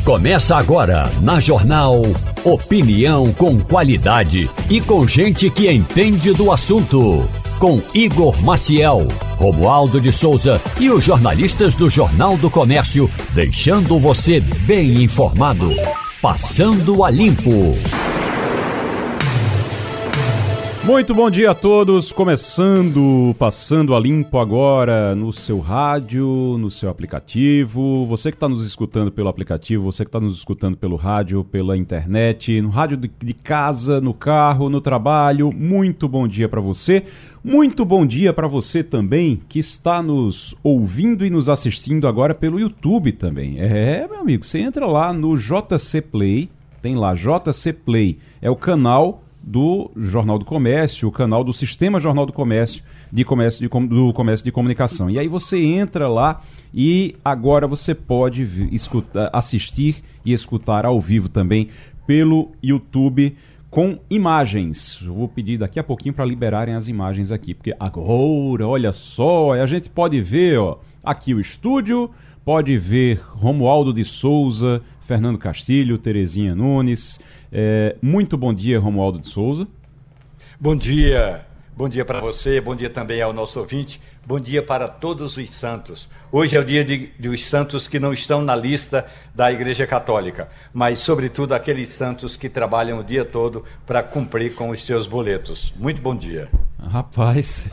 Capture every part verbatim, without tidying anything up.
Começa agora na Jornal Opinião com qualidade e com gente que entende do assunto. Com Igor Maciel, Romualdo de Souza e os jornalistas do Jornal do Comércio, deixando você bem informado. Passando a Limpo. Muito bom dia a todos, começando Passando a Limpo agora no seu rádio, no seu aplicativo, você que está nos escutando pelo aplicativo, você que está nos escutando pelo rádio, pela internet, no rádio de, de casa, no carro, no trabalho, muito bom dia para você, muito bom dia para você também que está nos ouvindo e nos assistindo agora pelo YouTube também. É, meu amigo, você entra lá no J C Play, tem lá J C Play, é o canal do Jornal do Comércio, o canal do Sistema Jornal do Comércio, de comércio de, do Comércio de Comunicação. E aí você entra lá e agora você pode escutar, assistir e escutar ao vivo também pelo YouTube com imagens. Eu vou pedir daqui a pouquinho para liberarem as imagens aqui, porque agora, olha só, a gente pode ver ó, aqui o estúdio, pode ver Romualdo de Souza, Fernando Castilho, Terezinha Nunes. É, muito bom dia, Romualdo de Souza. Bom dia, bom dia para você, bom dia também ao nosso ouvinte, bom dia para todos os santos. Hoje é o dia de, dos santos que não estão na lista da Igreja Católica, mas sobretudo aqueles santos que trabalham o dia todo para cumprir com os seus boletos. Muito bom dia. Rapaz,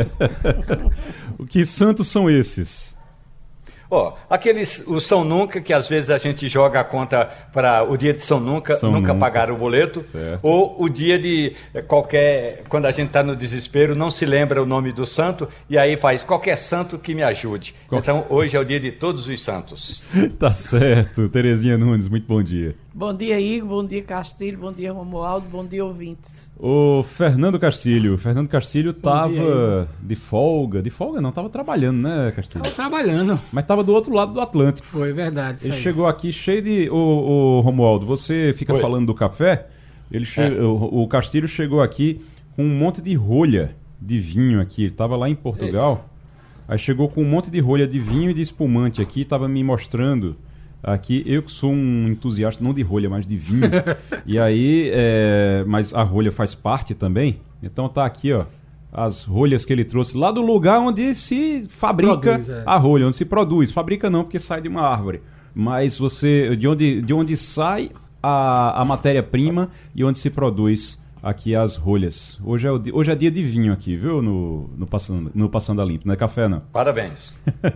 o que santos são esses? Ó, oh, aqueles, o São Nunca, que às vezes a gente joga a conta para o dia de São Nunca, São nunca, nunca pagar o boleto, certo. Ou o dia de qualquer, quando a gente está no desespero, não se lembra o nome do santo, e aí faz qualquer santo que me ajude. Qual... Então, hoje é o dia de todos os santos. Tá certo. Terezinha Nunes, muito bom dia. Bom dia, Igor, bom dia, Castilho, bom dia, Romualdo, bom dia, ouvintes. O Fernando Castilho, Fernando Castilho estava de folga, de folga não, estava trabalhando, né, Castilho? Estava trabalhando. Mas estava do outro lado do Atlântico. Foi verdade. Ele chegou aqui cheio de... O, o Romualdo, você fica Oi. falando do café, ele che... é. o, o Castilho chegou aqui com um monte de rolha de vinho aqui, ele estava lá em Portugal, Eita. aí chegou com um monte de rolha de vinho e de espumante aqui, estava me mostrando... Aqui, eu que sou um entusiasta, não de rolha, mas de vinho. E aí, é, mas a rolha faz parte também. Então tá aqui, ó, as rolhas que ele trouxe lá do lugar onde se fabrica produz, é. a rolha, onde se produz. Fabrica não, porque sai de uma árvore. Mas você, de onde, de onde sai a, a matéria-prima e onde se produz aqui as rolhas. Hoje é, o, hoje é dia de vinho aqui, viu? No, no, passando, no Passando a Limpo, não é café não. Parabéns.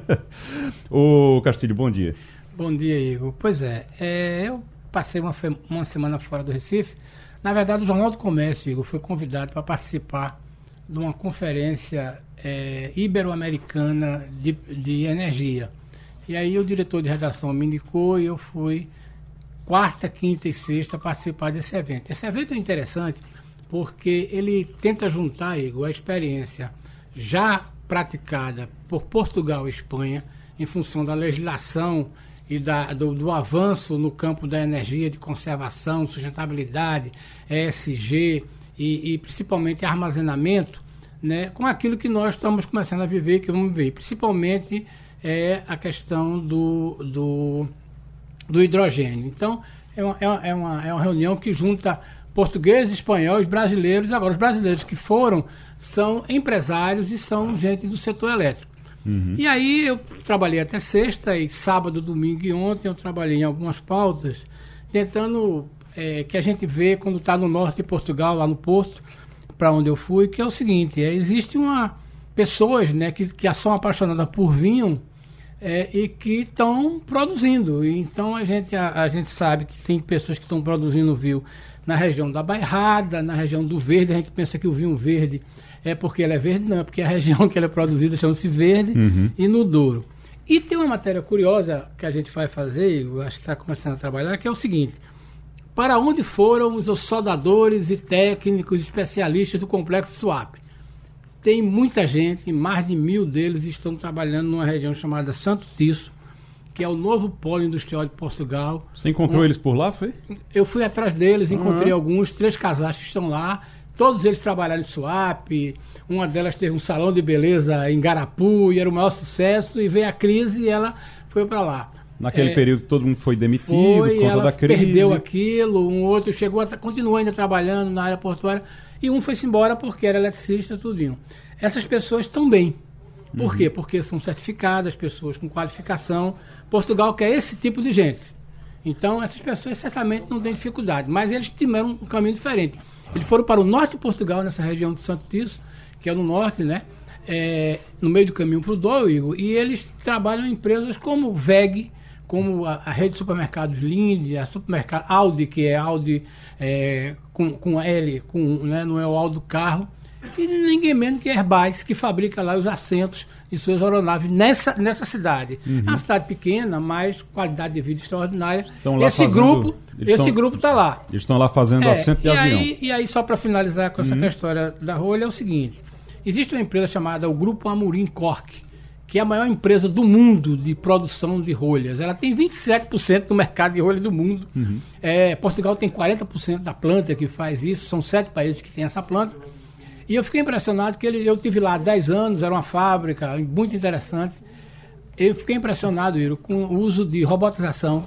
Ô Castilho, bom dia. Bom dia, Igor. Pois é, é eu passei uma, uma semana fora do Recife. Na verdade, o Jornal do Comércio, Igor, foi convidado para participar de uma conferência é, ibero-americana de, de energia. E aí o diretor de redação me indicou e eu fui quarta, quinta e sexta participar desse evento. Esse evento é interessante porque ele tenta juntar, Igor, a experiência já praticada por Portugal e Espanha em função da legislação e da, do, do avanço no campo da energia, de conservação, sustentabilidade, E S G e, e principalmente armazenamento, né, com aquilo que nós estamos começando a viver, que vamos ver, principalmente é, a questão do, do, do hidrogênio. Então, é uma, é, uma, é uma reunião que junta portugueses, espanhóis, brasileiros. Agora, os brasileiros que foram são empresários e são gente do setor elétrico. Uhum. E aí eu trabalhei até sexta e sábado, domingo e ontem eu trabalhei em algumas pautas tentando é, que a gente vê quando está no norte de Portugal, lá no Porto, para onde eu fui, que é o seguinte, é, existe uma pessoas, né, que, que são apaixonadas por vinho é, e que estão produzindo. E, então a gente, a, a gente sabe que tem pessoas que estão produzindo vinho na região da Bairrada, na região do Verde. A gente pensa que o vinho verde é porque ele é verde, não, é porque a região que ele é produzida chama-se Verde, uhum. e no Douro. E tem uma matéria curiosa que a gente vai fazer, eu acho que está começando a trabalhar, que é o seguinte: para onde foram os soldadores e técnicos especialistas do Complexo Suape? Tem muita gente, mais de mil deles estão trabalhando numa região chamada Santo Tirso, que é o novo polo industrial de Portugal. Você encontrou um... eles por lá, foi? Eu fui atrás deles, encontrei uhum. alguns, três casais que estão lá. Todos eles trabalharam em Suape, uma delas teve um salão de beleza em Garapu e era o maior sucesso, e veio a crise e ela foi para lá. Naquele é, período todo mundo foi demitido foi, por conta ela da crise. Perdeu aquilo, um outro chegou, a, continuou ainda trabalhando na área portuária, e um foi-se embora porque era eletricista, tudinho. Essas pessoas estão bem. Por uhum. quê? Porque são certificadas, pessoas com qualificação. Portugal quer esse tipo de gente. Então, essas pessoas certamente não têm dificuldade, mas eles tiveram um caminho diferente. Eles foram para o norte de Portugal, nessa região de Santo Tirso, que é no norte, né? É, no meio do caminho para o Dó, Igor, e eles trabalham em empresas como V E G, como a, a rede de supermercados Linde, a supermercado Audi, que é Audi é, com, com L, com, né, não é o Audi do carro, e ninguém menos que Airbus, que fabrica lá os assentos de suas aeronaves nessa, nessa cidade. Uhum. É uma cidade pequena, mas qualidade de vida extraordinária. Esse fazendo, grupo esse grupo está lá. Eles estão lá fazendo é, assento de e avião. Aí, e aí, só para finalizar com essa uhum. história da rolha, é o seguinte: existe uma empresa chamada o Grupo Amorim Cork, que é a maior empresa do mundo de produção de rolhas. Ela tem vinte e sete por cento do mercado de rolhas do mundo. Uhum. É, Portugal tem quarenta por cento da planta que faz isso, são sete países que têm essa planta. E eu fiquei impressionado que ele, eu tive lá há dez anos, era uma fábrica muito interessante. Eu fiquei impressionado, Iro, com o uso de robotização,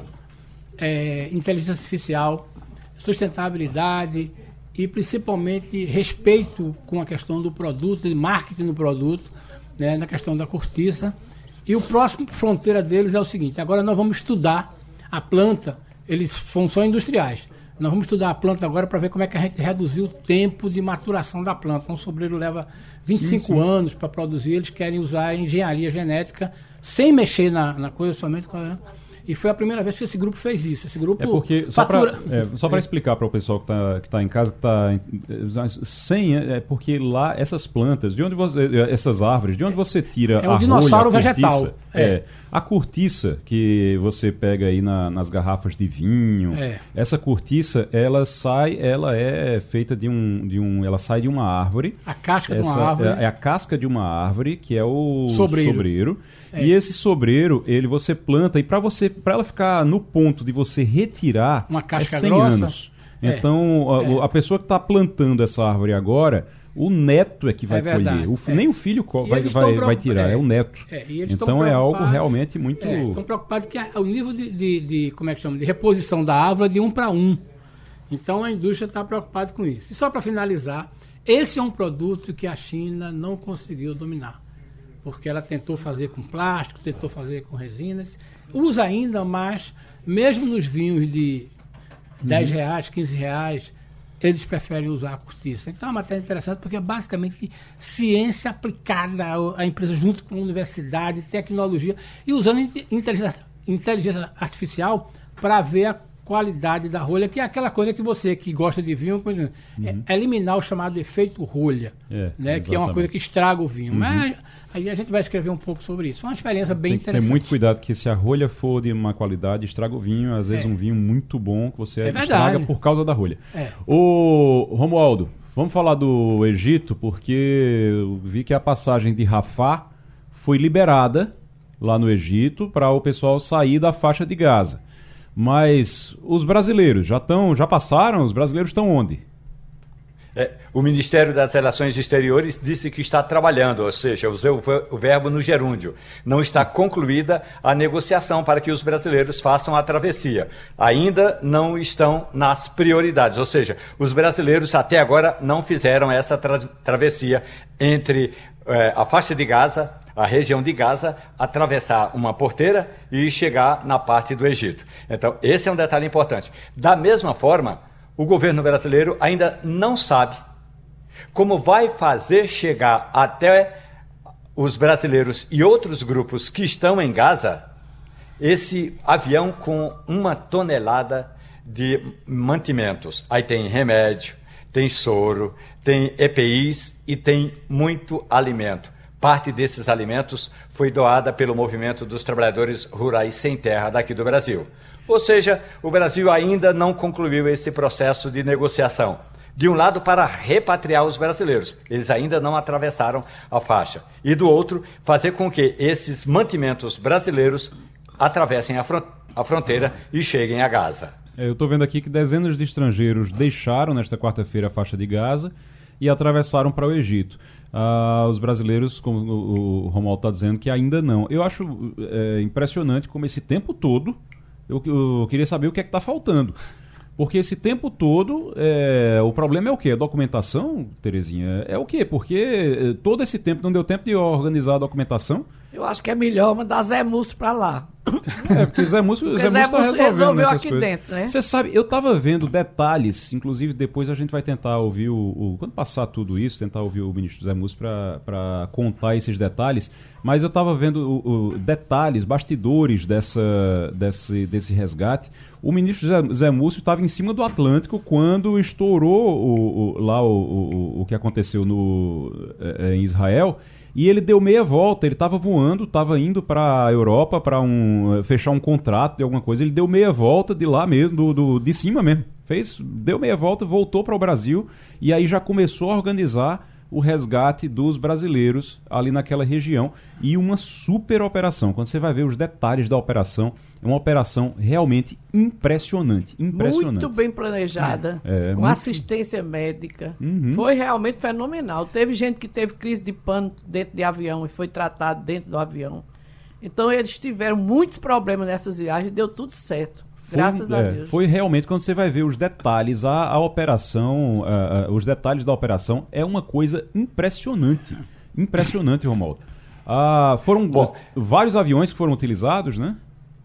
é, inteligência artificial, sustentabilidade e principalmente respeito com a questão do produto, de marketing do produto, né, na questão da cortiça. E o próximo fronteira deles é o seguinte: agora nós vamos estudar a planta, eles são só industriais. Nós vamos estudar a planta agora para ver como é que a gente reduziu o tempo de maturação da planta. Um sobreiro leva vinte e cinco sim, sim. anos para produzir, eles querem usar a engenharia genética sem mexer na, na coisa, somente com a... E foi a primeira vez que esse grupo fez isso. Esse grupo é porque, só para fatura... é, só para explicar para o pessoal que está que tá em casa, que está sem, é porque lá essas plantas, de onde você, essas árvores, de onde você tira é a um dinossauro rolha, a vegetal. Cortiça, é. é a cortiça que você pega aí na, nas garrafas de vinho, é. essa cortiça, ela sai, ela é feita de um, de um, ela sai de uma árvore. A casca essa, de uma árvore. É, é a casca de uma árvore que é o sobreiro. sobreiro. É. E esse sobreiro, ele você planta, e para você, para ela ficar no ponto de você retirar, uma casca é cem grossa. anos. É. Então, a, é. a pessoa que está plantando essa árvore agora, o neto é que vai é colher. O, é. Nem o filho vai, vai, vai tirar, é, é o neto. É. Então é algo realmente muito... É, estão preocupados que o nível de, de, de, como é que chama, de reposição da árvore é de um para um. Então a indústria está preocupada com isso. E só para finalizar, esse é um produto que a China não conseguiu dominar. Porque ela tentou fazer com plástico, tentou fazer com resinas, usa ainda, mas mesmo nos vinhos de dez reais, quinze reais, eles preferem usar a cortiça. Então é uma matéria interessante porque é basicamente ciência aplicada à empresa junto com a universidade, tecnologia, e usando inteligência, inteligência artificial para ver a qualidade da rolha, que é aquela coisa que você que gosta de vinho, uhum. é eliminar o chamado efeito rolha, é, né, que é uma coisa que estraga o vinho. Uhum. Mas aí a gente vai escrever um pouco sobre isso. É uma experiência bem Tem interessante. Tem muito cuidado, que se a rolha for de uma qualidade, estraga o vinho. Às vezes é. um vinho muito bom que você é estraga por causa da rolha. É. Ô, Romualdo, vamos falar do Egito, porque eu vi que a passagem de Rafah foi liberada lá no Egito para o pessoal sair da faixa de Gaza. Mas os brasileiros já estão, já passaram? Os brasileiros estão onde? É, o Ministério das Relações Exteriores disse que está trabalhando, ou seja, usou o verbo no gerúndio. Não está concluída a negociação para que os brasileiros façam a travessia. Ainda não estão nas prioridades, ou seja, os brasileiros até agora não fizeram essa tra- travessia entre é, a faixa de Gaza, a região de Gaza, atravessar uma porteira e chegar na parte do Egito. Então, esse é um detalhe importante. Da mesma forma, o governo brasileiro ainda não sabe como vai fazer chegar até os brasileiros e outros grupos que estão em Gaza esse avião com uma tonelada de mantimentos. Aí tem remédio, tem soro, tem E P Is e tem muito alimento. Parte desses alimentos foi doada pelo Movimento dos Trabalhadores Rurais Sem Terra daqui do Brasil. Ou seja, o Brasil ainda não concluiu esse processo de negociação. De um lado, para repatriar os brasileiros, eles ainda não atravessaram a faixa. E do outro, fazer com que esses mantimentos brasileiros atravessem a, front- a fronteira e cheguem a Gaza. É, eu estou vendo aqui que dezenas de estrangeiros deixaram nesta quarta-feira a faixa de Gaza e atravessaram para o Egito. Uh, os brasileiros, como o, o Romualdo está dizendo, que ainda não. Eu acho é, impressionante como esse tempo todo, eu, eu queria saber o que é que está faltando. Porque esse tempo todo, é, o problema é o quê? A documentação, Terezinha? É o quê? Porque todo esse tempo não deu tempo de organizar a documentação. Eu acho que é melhor mandar Zé Múcio para lá. É, porque Zé Múcio está resolvendo resolveu aqui coisas. dentro, né? Você sabe, eu estava vendo detalhes, inclusive depois a gente vai tentar ouvir, o, o quando passar tudo isso, tentar ouvir o ministro Zé Múcio para contar esses detalhes, mas eu estava vendo o, o, detalhes, bastidores dessa, desse, desse resgate. O ministro Zé, Zé Múcio estava em cima do Atlântico quando estourou o, o, lá o, o, o que aconteceu no, é, em Israel. E ele deu meia volta, ele estava voando, estava indo para a Europa para um, fechar um contrato de alguma coisa. Ele deu meia volta de lá mesmo, do, do, de cima mesmo. Fez, deu meia volta, voltou para o Brasil e aí já começou a organizar o resgate dos brasileiros ali naquela região. E uma super operação. Quando você vai ver os detalhes da operação, é uma operação realmente impressionante. impressionante. Muito bem planejada, é, é, com muito... assistência médica. Uhum. Foi realmente fenomenal. Teve gente que teve crise de pânico dentro de avião e foi tratado dentro do avião. Então eles tiveram muitos problemas nessas viagens e deu tudo certo. Foi, Graças a é, Deus. Foi realmente, quando você vai ver os detalhes, a, a operação, a, a, os detalhes da operação, é uma coisa impressionante. Impressionante, Romualdo. Ah, foram Bom, vários aviões que foram utilizados, né?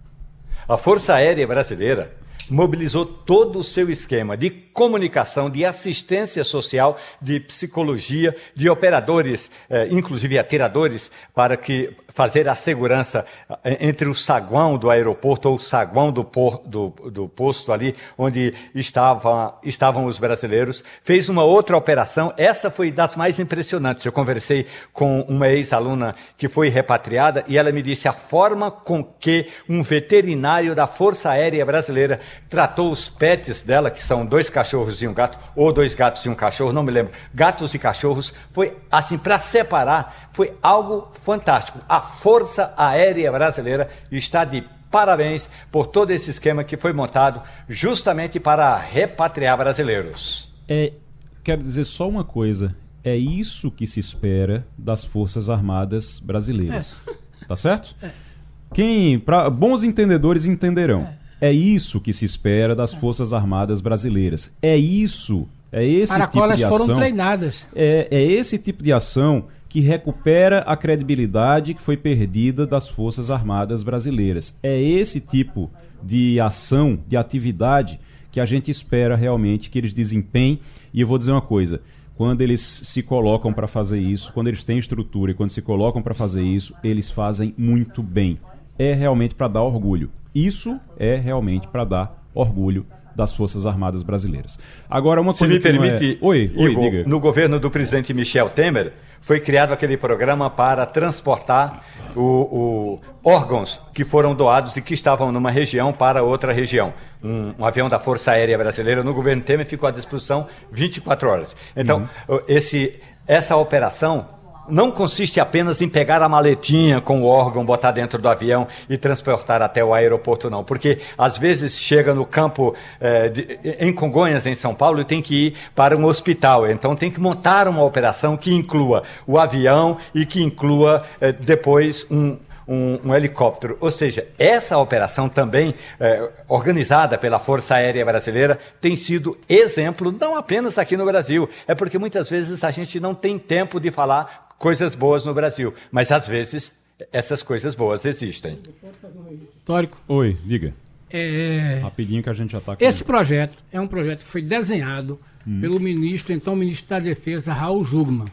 A Força Aérea Brasileira mobilizou todo o seu esquema de comunicação, de assistência social, de psicologia, de operadores, eh, inclusive atiradores, para que fazer a segurança entre o saguão do aeroporto ou o saguão do, por, do, do posto ali, onde estava, estavam os brasileiros. Fez uma outra operação, essa foi das mais impressionantes. Eu conversei com uma ex-aluna que foi repatriada e ela me disse a forma com que um veterinário da Força Aérea Brasileira tratou os pets dela, que são dois cachorros e um gato, ou dois gatos e um cachorro, não me lembro, gatos e cachorros, foi assim, para separar, foi algo fantástico. A Força Aérea Brasileira está de parabéns por todo esse esquema que foi montado justamente para repatriar brasileiros. É, quero dizer só uma coisa, é isso que se espera das Forças Armadas brasileiras. É. Tá certo? É. Quem, pra, bons entendedores entenderão. É. é isso que se espera das Forças Armadas brasileiras. É isso, é esse para tipo de ação. Foram treinadas. É, é esse tipo de ação que recupera a credibilidade que foi perdida das Forças Armadas brasileiras. É esse tipo de ação, de atividade, que a gente espera realmente que eles desempenhem. E eu vou dizer uma coisa, quando eles se colocam para fazer isso, quando eles têm estrutura e quando se colocam para fazer isso, eles fazem muito bem. É realmente para dar orgulho. Isso é realmente para dar orgulho das Forças Armadas brasileiras. Agora, uma Se coisa me que permite, não é... Oi, oi, Igor, diga. No governo do presidente Michel Temer, foi criado aquele programa para transportar o, o, órgãos que foram doados e que estavam numa região para outra região. Um, um avião da Força Aérea Brasileira no governo Temer ficou à disposição vinte e quatro horas. Então, uhum. esse, essa operação não consiste apenas em pegar a maletinha com o órgão, botar dentro do avião e transportar até o aeroporto, não. Porque, às vezes, chega no campo eh, de, em Congonhas, em São Paulo, e tem que ir para um hospital. Então, tem que montar uma operação que inclua o avião e que inclua, eh, depois, um... Um, um helicóptero. Ou seja, essa operação também, eh, organizada pela Força Aérea Brasileira, tem sido exemplo, não apenas aqui no Brasil. É porque muitas vezes a gente não tem tempo de falar coisas boas no Brasil, mas às vezes essas coisas boas existem. Histórico. Oi, diga. É... Rapidinho que a gente já está aqui. Esse projeto é um projeto que foi desenhado hum. pelo ministro, então ministro da Defesa, Raul Jungmann.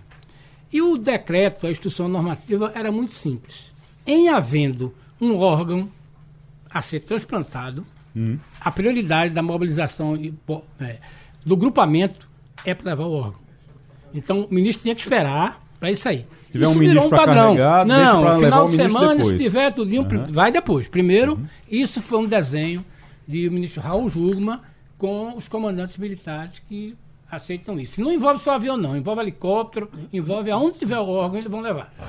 E o decreto, a instrução normativa, era muito simples. Em havendo um órgão a ser transplantado, hum. a prioridade da mobilização e, é, do grupamento é para levar o órgão. Então, o ministro tinha que esperar para isso aí. Se tiver isso um ministro um padrão. Carregar, não, no final de semana, depois. se tiver tudinho, uhum. vai depois. Primeiro, uhum. isso foi um desenho do ministro Raul Jungmann com os comandantes militares que aceitam isso. Não envolve só avião, não. Envolve helicóptero, envolve aonde tiver o órgão, eles vão levar.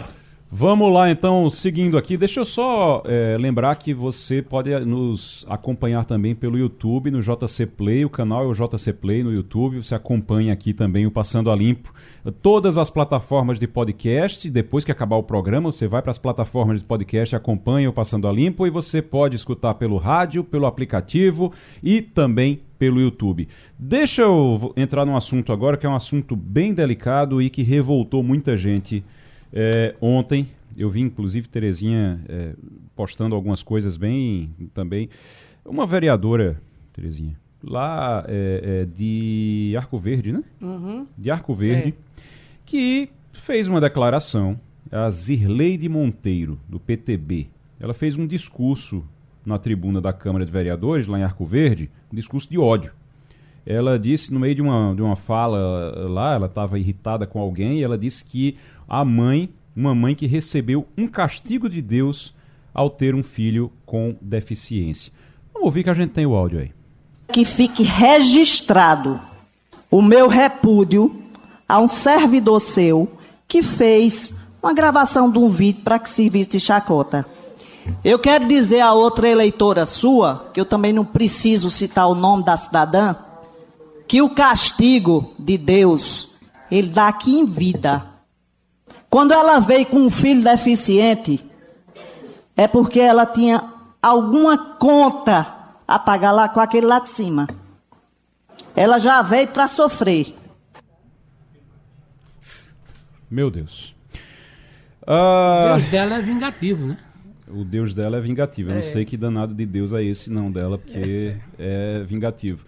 Vamos lá, então, seguindo aqui. Deixa eu só é, lembrar que você pode nos acompanhar também pelo YouTube, no J C Play. O canal é o J C Play no YouTube. Você acompanha aqui também o Passando a Limpo. Todas as plataformas de podcast. Depois que acabar o programa, você vai para as plataformas de podcast, acompanha o Passando a Limpo e você pode escutar pelo rádio, pelo aplicativo e também pelo YouTube. Deixa eu entrar num assunto agora que é um assunto bem delicado e que revoltou muita gente. É, ontem eu vi inclusive Terezinha é, postando algumas coisas bem também. Uma vereadora, Terezinha, lá é, é, de Arco Verde, né? Uhum. De Arco Verde, é. que fez uma declaração, a Zirleide Monteiro, do P T B. Ela fez um discurso na tribuna da Câmara de Vereadores, lá em Arco Verde, um discurso de ódio. Ela disse, no meio de uma, de uma fala lá, ela estava irritada com alguém, e ela disse que a mãe, uma mãe que recebeu um castigo de Deus ao ter um filho com deficiência. Vamos ouvir que a gente tem o áudio aí. Que fique registrado o meu repúdio a um servidor seu que fez uma gravação de um vídeo para que servisse de chacota. Eu quero dizer a outra eleitora sua, que eu também não preciso citar o nome da cidadã, que o castigo de Deus, ele dá aqui em vida. Quando ela veio com um filho deficiente, é porque ela tinha alguma conta a pagar lá com aquele lá de cima. Ela já veio para sofrer. Meu Deus. Uh... O Deus dela é vingativo, né? O Deus dela é vingativo. Eu é. não sei que danado de Deus é esse não dela, porque é, é vingativo.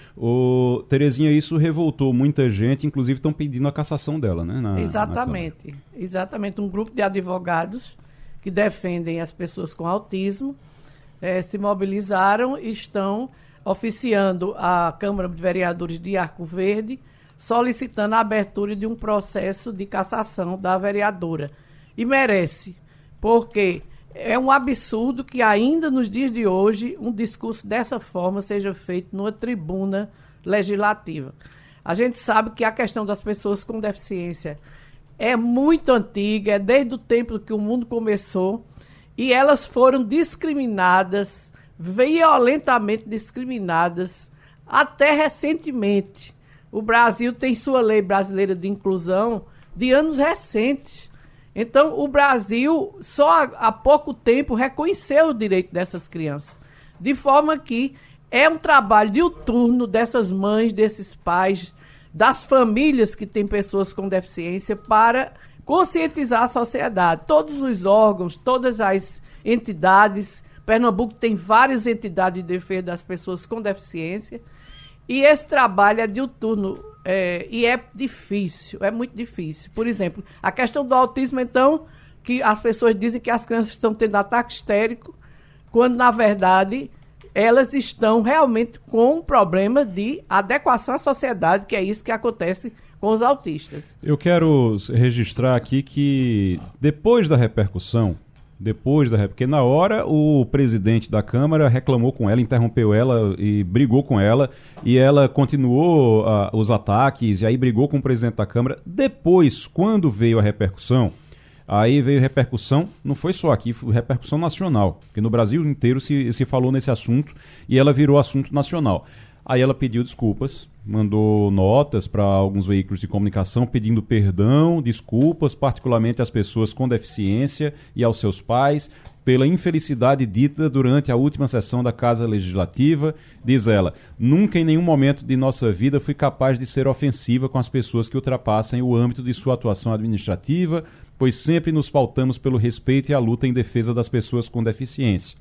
O, Terezinha, isso revoltou muita gente, inclusive estão pedindo a cassação dela, né? Na, exatamente, na exatamente. Um grupo de advogados que defendem as pessoas com autismo eh, se mobilizaram e estão oficiando a Câmara de Vereadores de Arco Verde, solicitando a abertura de um processo de cassação da vereadora. E merece, porque é um absurdo que ainda nos dias de hoje um discurso dessa forma seja feito numa tribuna legislativa. A gente sabe que a questão das pessoas com deficiência é muito antiga, é desde o tempo que o mundo começou, e elas foram discriminadas, violentamente discriminadas, até recentemente. O Brasil tem sua lei brasileira de inclusão de anos recentes. Então, o Brasil, só há, há pouco tempo, reconheceu o direito dessas crianças. De forma que é um trabalho diuturno dessas mães, desses pais, das famílias que têm pessoas com deficiência, para conscientizar a sociedade. Todos os órgãos, todas as entidades. Pernambuco tem várias entidades de defesa das pessoas com deficiência. E esse trabalho é diuturno. É, e é difícil, é muito difícil. Por exemplo, a questão do autismo, então, que as pessoas dizem que as crianças estão tendo ataque histérico, quando, na verdade, elas estão realmente com um problema de adequação à sociedade, que é isso que acontece com os autistas. Eu quero registrar aqui que, depois da repercussão, depois da porque na hora o presidente da Câmara reclamou com ela, interrompeu ela e brigou com ela, e ela continuou uh, os ataques, e aí brigou com o presidente da Câmara. Depois, quando veio a repercussão, aí veio repercussão, não foi só aqui, foi repercussão nacional, porque no Brasil inteiro se, se falou nesse assunto, e ela virou assunto nacional. Aí ela pediu desculpas, mandou notas para alguns veículos de comunicação pedindo perdão, desculpas, particularmente às pessoas com deficiência e aos seus pais, pela infelicidade dita durante a última sessão da Casa Legislativa. Diz ela: nunca em nenhum momento de nossa vida fui capaz de ser ofensiva com as pessoas que ultrapassem o âmbito de sua atuação administrativa, pois sempre nos pautamos pelo respeito e a luta em defesa das pessoas com deficiência.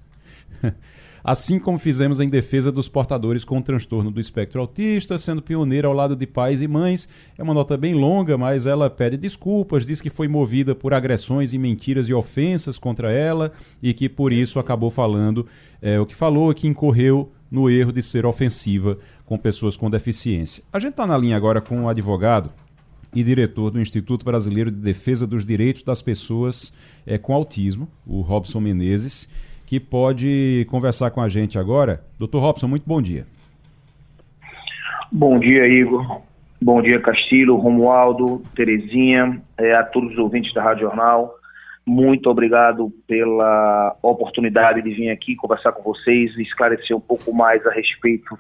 Assim como fizemos em defesa dos portadores com transtorno do espectro autista, sendo pioneira ao lado de pais e mães. É uma nota bem longa, mas ela pede desculpas, diz que foi movida por agressões e mentiras e ofensas contra ela e que por isso acabou falando é, o que falou, que incorreu no erro de ser ofensiva com pessoas com deficiência. A gente está na linha agora com o advogado e diretor do Instituto Brasileiro de Defesa dos Direitos das Pessoas é, com Autismo, o Robson Menezes, que pode conversar com a gente agora. doutor Robson, muito bom dia. Bom dia, Igor. Bom dia, Castilho, Romualdo, Terezinha, é, a todos os ouvintes da Rádio Jornal. muito obrigado pela oportunidade de vir aqui conversar com vocês e esclarecer um pouco mais a respeito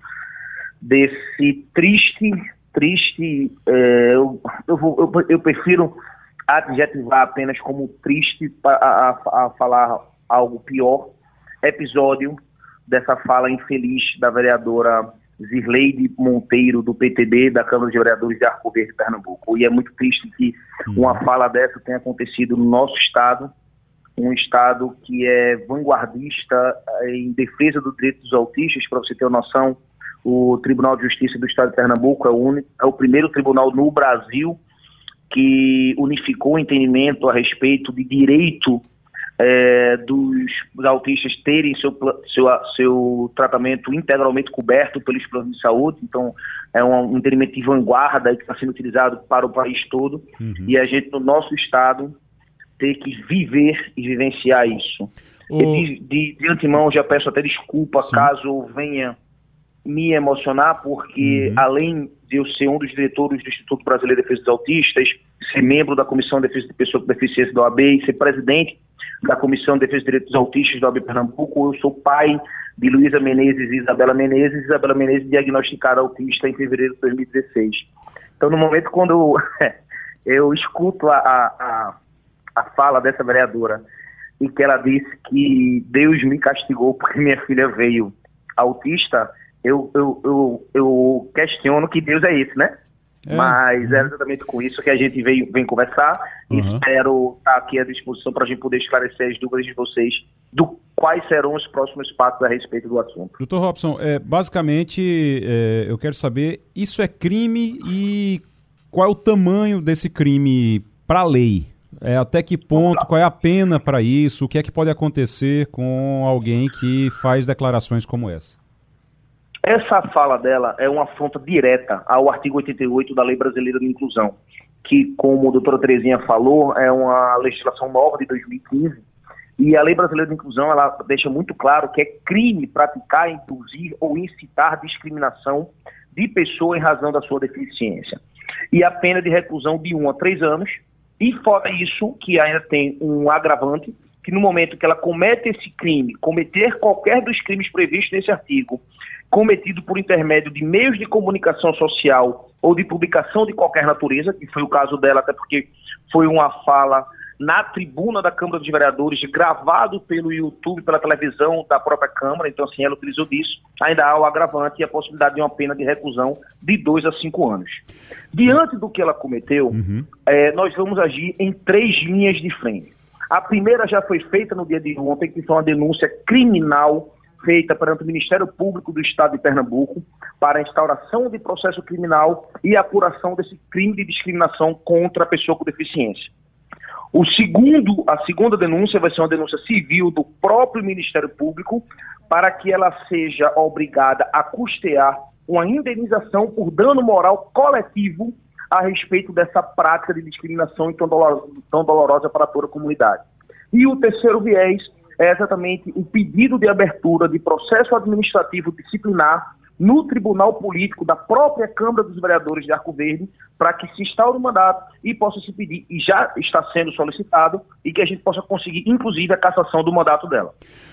desse triste, triste, é, eu, eu, eu, eu prefiro adjetivar apenas como triste a, a, a falar algo pior, episódio dessa fala infeliz da vereadora Zirleide Monteiro, do P T B, da Câmara de Vereadores de Arco Verde, Pernambuco. E é muito triste que uma fala dessa tenha acontecido no nosso estado, um estado que é vanguardista em defesa do direito dos autistas. Para você ter uma noção, o Tribunal de Justiça do Estado de Pernambuco é o, único, é o primeiro tribunal no Brasil que unificou o entendimento a respeito de direito é, dos, dos autistas terem seu, seu, seu tratamento integralmente coberto pelos planos de saúde. Então, é um, um entendimento de vanguarda que está sendo utilizado para o país todo. Uhum. E a gente, no nosso estado, ter que viver e vivenciar isso. O... De, de, de antemão, já peço até desculpa Sim. caso venha me emocionar, porque uhum. além de eu ser um dos diretores do Instituto Brasileiro de Defesa dos Autistas, ser membro da Comissão de Defesa de Pessoas com Deficiência da O A B e ser presidente da Comissão de Defesa dos Direitos dos Autistas da O A B Pernambuco, eu sou pai de Luísa Menezes e Isabela Menezes. Isabela Menezes diagnosticada autista em fevereiro de dois mil e dezesseis. Então, no momento quando eu, eu escuto a, a, a fala dessa vereadora e que ela disse que Deus me castigou porque minha filha veio autista, Eu, eu, eu, eu questiono que Deus é esse, né? É. Mas é exatamente com isso que a gente veio, vem conversar. Uhum. E espero estar aqui à disposição para a gente poder esclarecer as dúvidas de vocês do quais serão os próximos passos a respeito do assunto. doutor Robson, é, basicamente é, eu quero saber, isso é crime e qual é o tamanho desse crime para a lei? É, até que ponto, qual é a pena para isso? O que é que pode acontecer com alguém que faz declarações como essa? Essa fala dela é uma afronta direta ao artigo oitenta e oito da Lei Brasileira de Inclusão, que, como a doutora Terezinha falou, é uma legislação nova de dois mil e quinze, e a Lei Brasileira de Inclusão ela deixa muito claro que é crime praticar, induzir ou incitar discriminação de pessoa em razão da sua deficiência. E a pena de reclusão de um a três anos, e fora isso, que ainda tem um agravante, que no momento que ela comete esse crime, cometer qualquer dos crimes previstos nesse artigo, cometido por intermédio de meios de comunicação social ou de publicação de qualquer natureza, que foi o caso dela, até porque foi uma fala na tribuna da Câmara dos Vereadores, gravado pelo YouTube, pela televisão da própria Câmara, então assim, ela utilizou disso, ainda há o agravante e a possibilidade de uma pena de reclusão de dois a cinco anos. Diante do que ela cometeu, uhum. é, nós vamos agir em três linhas de frente. A primeira já foi feita no dia de ontem, que foi uma denúncia criminal feita perante o Ministério Público do Estado de Pernambuco para a instauração de processo criminal e apuração desse crime de discriminação contra a pessoa com deficiência. O segundo, a segunda denúncia vai ser uma denúncia civil do próprio Ministério Público para que ela seja obrigada a custear uma indenização por dano moral coletivo a respeito dessa prática de discriminação tão dolorosa, tão dolorosa para toda a comunidade. E o terceiro viés é exatamente o pedido de abertura de processo administrativo disciplinar no Tribunal Político da própria Câmara dos Vereadores de Arco Verde para que se instaure o mandato e possa se pedir, e já está sendo solicitado, e que a gente possa conseguir, inclusive, a cassação do mandato dela.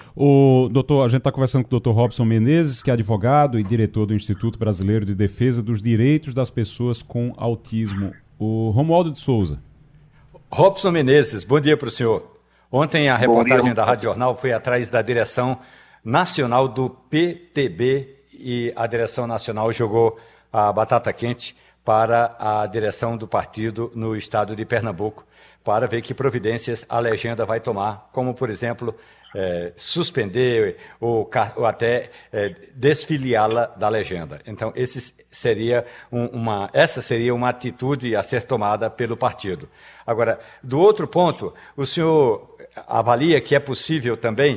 O doutor, a gente está conversando com o doutor Robson Menezes, que é advogado e diretor do Instituto Brasileiro de Defesa dos Direitos das Pessoas com Autismo. O Romualdo de Souza. Robson Menezes, bom dia para o senhor. Ontem a reportagem da Rádio Jornal foi atrás da direção nacional do P T B e a direção nacional jogou a batata quente para a direção do partido no estado de Pernambuco para ver que providências a legenda vai tomar, como, por exemplo, é, suspender ou, ou até é, desfiliá-la da legenda. Então, esse seria um, uma, essa seria uma atitude a ser tomada pelo partido. Agora, do outro ponto, o senhor avalia que é possível também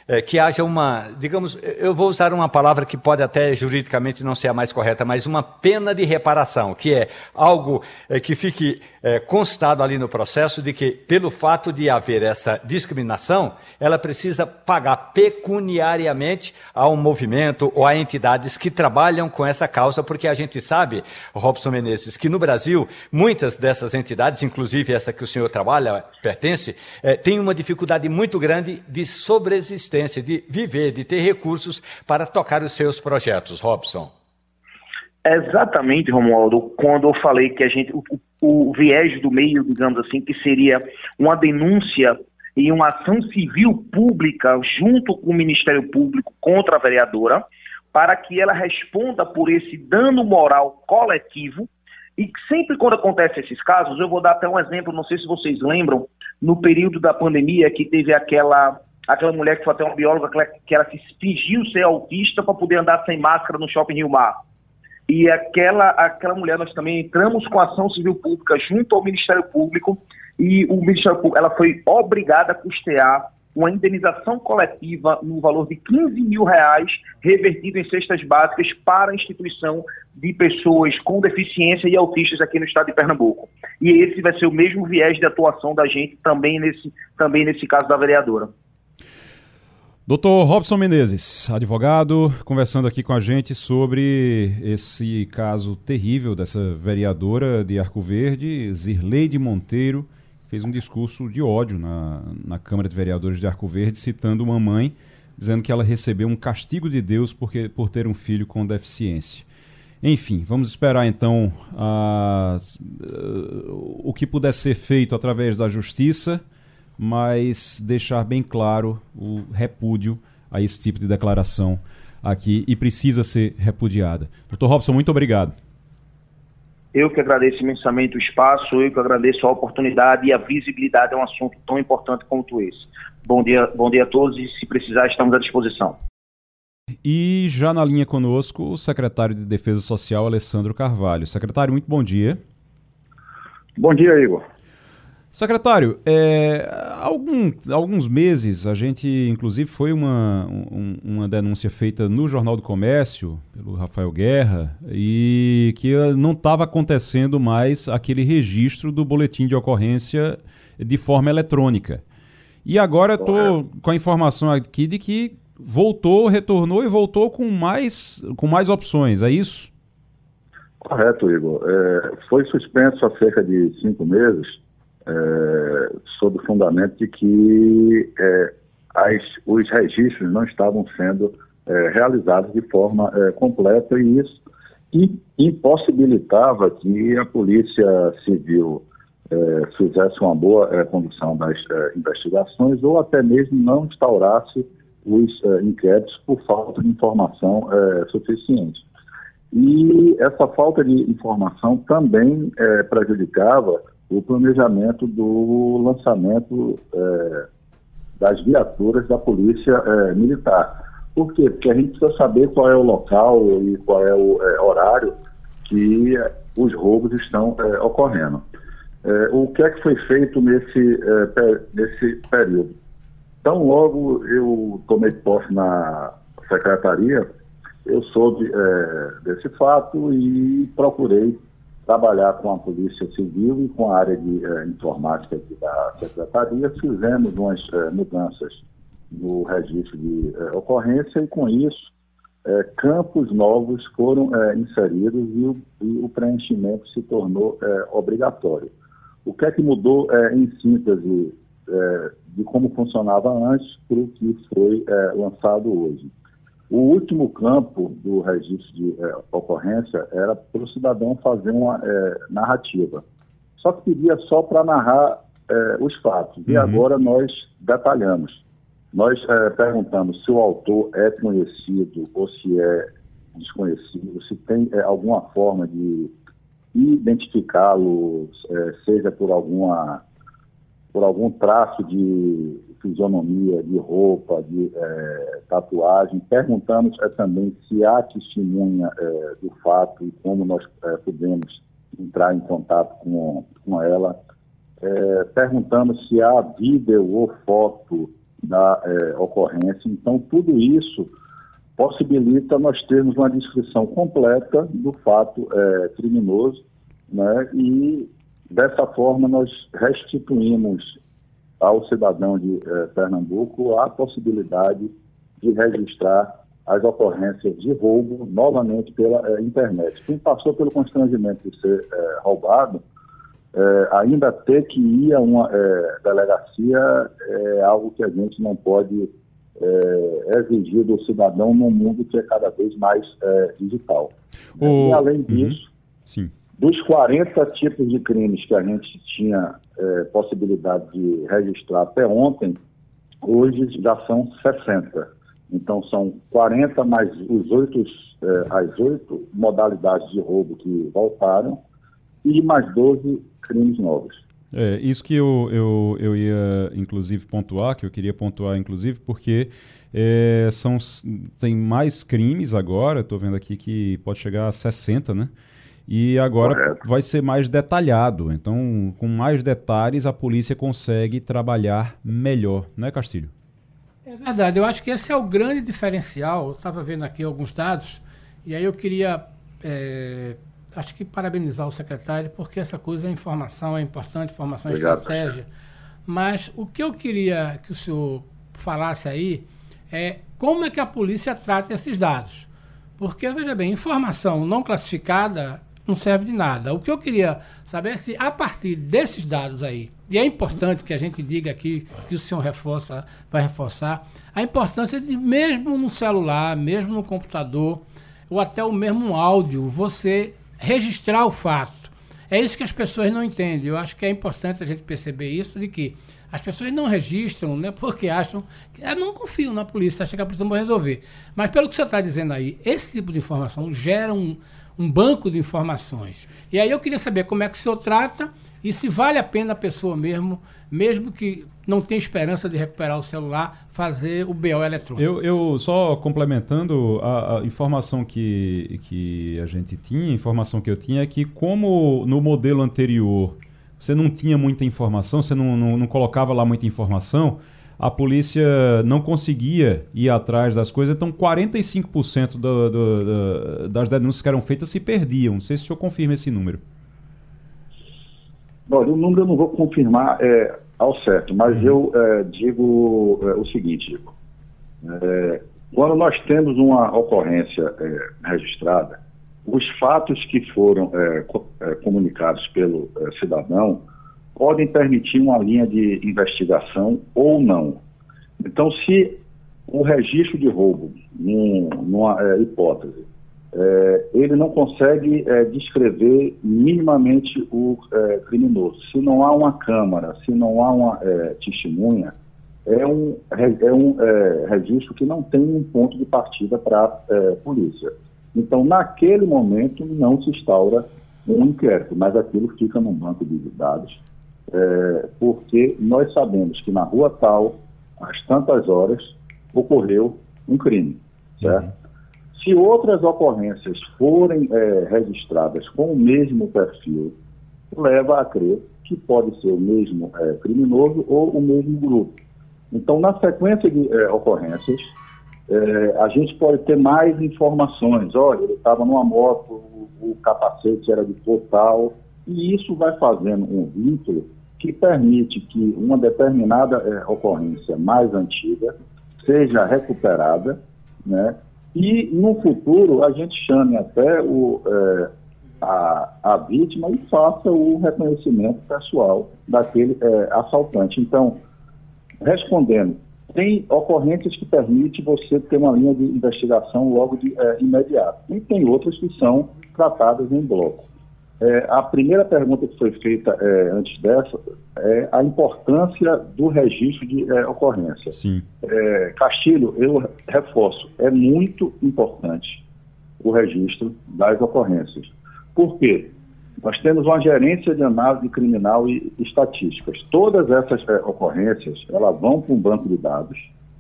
é, que haja uma, digamos, eu vou usar uma palavra que pode até juridicamente não ser a mais correta, mas uma pena de reparação, que é algo é, que fique é, constado ali no processo de que, pelo fato de haver essa discriminação, ela precisa pagar pecuniariamente a um movimento ou a entidades que trabalham com essa causa, porque a gente sabe, Robson Menezes, que no Brasil, muitas dessas entidades, inclusive essa que o senhor trabalha, pertence, é, tem uma dificuldade muito grande de sobreexistência, de viver, de ter recursos para tocar os seus projetos. Robson. Exatamente, Romualdo, quando eu falei que a gente, o, o viés do meio, digamos assim, que seria uma denúncia e uma ação civil pública junto com o Ministério Público contra a vereadora, para que ela responda por esse dano moral coletivo. E sempre quando acontecem esses casos, eu vou dar até um exemplo, não sei se vocês lembram, no período da pandemia, que teve aquela, aquela mulher que foi até uma bióloga, que ela, que ela se fingiu ser autista para poder andar sem máscara no Shopping Rio Mar. E aquela, aquela mulher, nós também entramos com ação civil pública junto ao Ministério Público, e o Ministério Público, ela foi obrigada a custear uma indenização coletiva no valor de quinze mil reais, revertido em cestas básicas para a instituição de pessoas com deficiência e autistas aqui no estado de Pernambuco. E esse vai ser o mesmo viés de atuação da gente também nesse, também nesse caso da vereadora. doutor Robson Menezes, advogado, conversando aqui com a gente sobre esse caso terrível dessa vereadora de Arco Verde, Zirleide Monteiro, fez um discurso de ódio na, na Câmara de Vereadores de Arco Verde, citando uma mãe, dizendo que ela recebeu um castigo de Deus porque, por ter um filho com deficiência. Enfim, vamos esperar então a, o que puder ser feito através da justiça, mas deixar bem claro o repúdio a esse tipo de declaração aqui, e precisa ser repudiada. doutor Robson, muito obrigado. Eu que agradeço imensamente o espaço, eu que agradeço a oportunidade e a visibilidade a um assunto tão importante quanto esse. Bom dia, bom dia a todos, e se precisar estamos à disposição. E já na linha conosco o secretário de Defesa Social, Alessandro Carvalho. Secretário, muito bom dia. Bom dia, Igor. Secretário, é, há algum, alguns meses a gente, inclusive, foi uma, um, uma denúncia feita no Jornal do Comércio, pelo Rafael Guerra, e que não estava acontecendo mais aquele registro do boletim de ocorrência de forma eletrônica. E agora estou com a informação aqui de que voltou, retornou e voltou com mais, com mais opções, é isso? Correto, Igor. É, foi suspenso há cerca de cinco meses, É, sob o fundamento de que é, as, os registros não estavam sendo é, realizados de forma é, completa, e isso impossibilitava que a Polícia Civil é, fizesse uma boa é, condução das é, investigações, ou até mesmo não instaurasse os é, inquéritos por falta de informação é, suficiente. E essa falta de informação também é, prejudicava o planejamento do lançamento é, das viaturas da Polícia é, Militar. Por quê? Porque a gente precisa saber qual é o local e qual é o é, horário que é, os roubos estão é, ocorrendo. É, o que é que foi feito nesse, é, per, nesse período? Tão logo eu tomei posse na secretaria, eu soube é, desse fato e procurei trabalhar com a Polícia Civil e com a área de eh, informática aqui da Secretaria. Fizemos umas eh, mudanças no registro de eh, ocorrência, e com isso eh, campos novos foram eh, inseridos e o, e o preenchimento se tornou eh, obrigatório. O que é que mudou eh, em síntese eh, de como funcionava antes para o que foi eh, lançado hoje? O último campo do registro de eh, ocorrência era para o cidadão fazer uma eh, narrativa. Só que pedia só para narrar eh, os fatos. Uhum. E agora nós detalhamos. Nós eh, perguntamos se o autor é conhecido ou se é desconhecido, se tem eh, alguma forma de identificá-lo, eh, seja por alguma, por algum traço de fisionomia, de roupa, de é, tatuagem. Perguntamos é, também se há testemunha é, do fato e como nós é, podemos entrar em contato com, com ela. É, perguntamos se há vídeo ou foto da é, ocorrência. Então, tudo isso possibilita nós termos uma descrição completa do fato é, criminoso, né? E, dessa forma, nós restituímos ao cidadão de é, Pernambuco a possibilidade de registrar as ocorrências de roubo novamente pela é, internet. Quem passou pelo constrangimento de ser é, roubado, é, ainda ter que ir a uma é, delegacia é algo que a gente não pode é, exigir do cidadão num mundo que é cada vez mais é, digital. O... E, além disso, uhum. Sim. Dos quarenta tipos de crimes que a gente tinha é, possibilidade de registrar até ontem, hoje já são sessenta. Então, são quarenta mais os oito, é, as oito modalidades de roubo que voltaram e mais doze crimes novos. É, isso que eu, eu, eu ia, inclusive, pontuar, que eu queria pontuar, inclusive, porque é, são, tem mais crimes agora, estou vendo aqui que pode chegar a sessenta, né? E agora Correto. Vai ser mais detalhado. Então, com mais detalhes, a polícia consegue trabalhar melhor, né, Castilho? É verdade. Eu acho que esse é o grande diferencial. Eu estava vendo aqui alguns dados, e aí eu queria, é, acho que parabenizar o secretário, porque essa coisa é informação, é importante, informação é Obrigado. Estratégia. Mas o que eu queria que o senhor falasse aí é como é que a polícia trata esses dados. Porque, veja bem, informação não classificada não serve de nada. O que eu queria saber é se, a partir desses dados aí, e é importante que a gente diga aqui, que o senhor reforça, vai reforçar, a importância de, mesmo no celular, mesmo no computador, ou até o mesmo áudio, você registrar o fato. É isso que as pessoas não entendem. Eu acho que é importante a gente perceber isso, de que as pessoas não registram, né, porque acham que ah, não confiam na polícia, acham que a polícia vai resolver. Mas pelo que você está dizendo aí, esse tipo de informação gera um, um banco de informações. E aí eu queria saber como é que o senhor trata e se vale a pena a pessoa mesmo, mesmo que não tenha esperança de recuperar o celular, fazer o B O eletrônico. Eu, eu só complementando a, a informação que, que a gente tinha, a informação que eu tinha é que como no modelo anterior você não tinha muita informação, você não, não, não colocava lá muita informação, a polícia não conseguia ir atrás das coisas, então quarenta e cinco por cento do, do, do, das denúncias que eram feitas se perdiam. Não sei se o senhor confirma esse número. Olha, o número eu não vou confirmar é, ao certo, mas uhum. eu é, digo é, o seguinte, Igor. É, quando nós temos uma ocorrência é, registrada, os fatos que foram é, co é, comunicados pelo é, cidadão podem permitir uma linha de investigação ou não. Então, se o registro de roubo, num, numa é, hipótese, é, ele não consegue é, descrever minimamente o é, criminoso, se não há uma câmara, se não há uma é, testemunha, é um, é um é, registro que não tem um ponto de partida para a é, polícia. Então, naquele momento, não se instaura um inquérito, mas aquilo fica num banco de dados, é, porque nós sabemos que na rua tal, às tantas horas, ocorreu um crime, certo? Uhum. Se outras ocorrências forem é, registradas com o mesmo perfil, leva a crer que pode ser o mesmo é, criminoso ou o mesmo grupo. Então, na sequência de é, ocorrências, É, a gente pode ter mais informações. Olha, ele estava numa moto, o, o capacete era de cor tal, e isso vai fazendo um vínculo que permite que uma determinada é, ocorrência mais antiga seja recuperada, né? E no futuro a gente chame até o, é, a, a vítima e faça o reconhecimento pessoal daquele é, assaltante. Então, respondendo, tem ocorrências que permitem você ter uma linha de investigação logo de é, imediato. E tem outras que são tratadas em bloco. É, a primeira pergunta que foi feita é, antes dessa é a importância do registro de é, ocorrência. Sim. É, Castilho, eu reforço, é muito importante o registro das ocorrências. Por quê? Nós temos uma gerência de análise criminal e estatísticas. Todas essas é, ocorrências, elas vão para um banco de dados,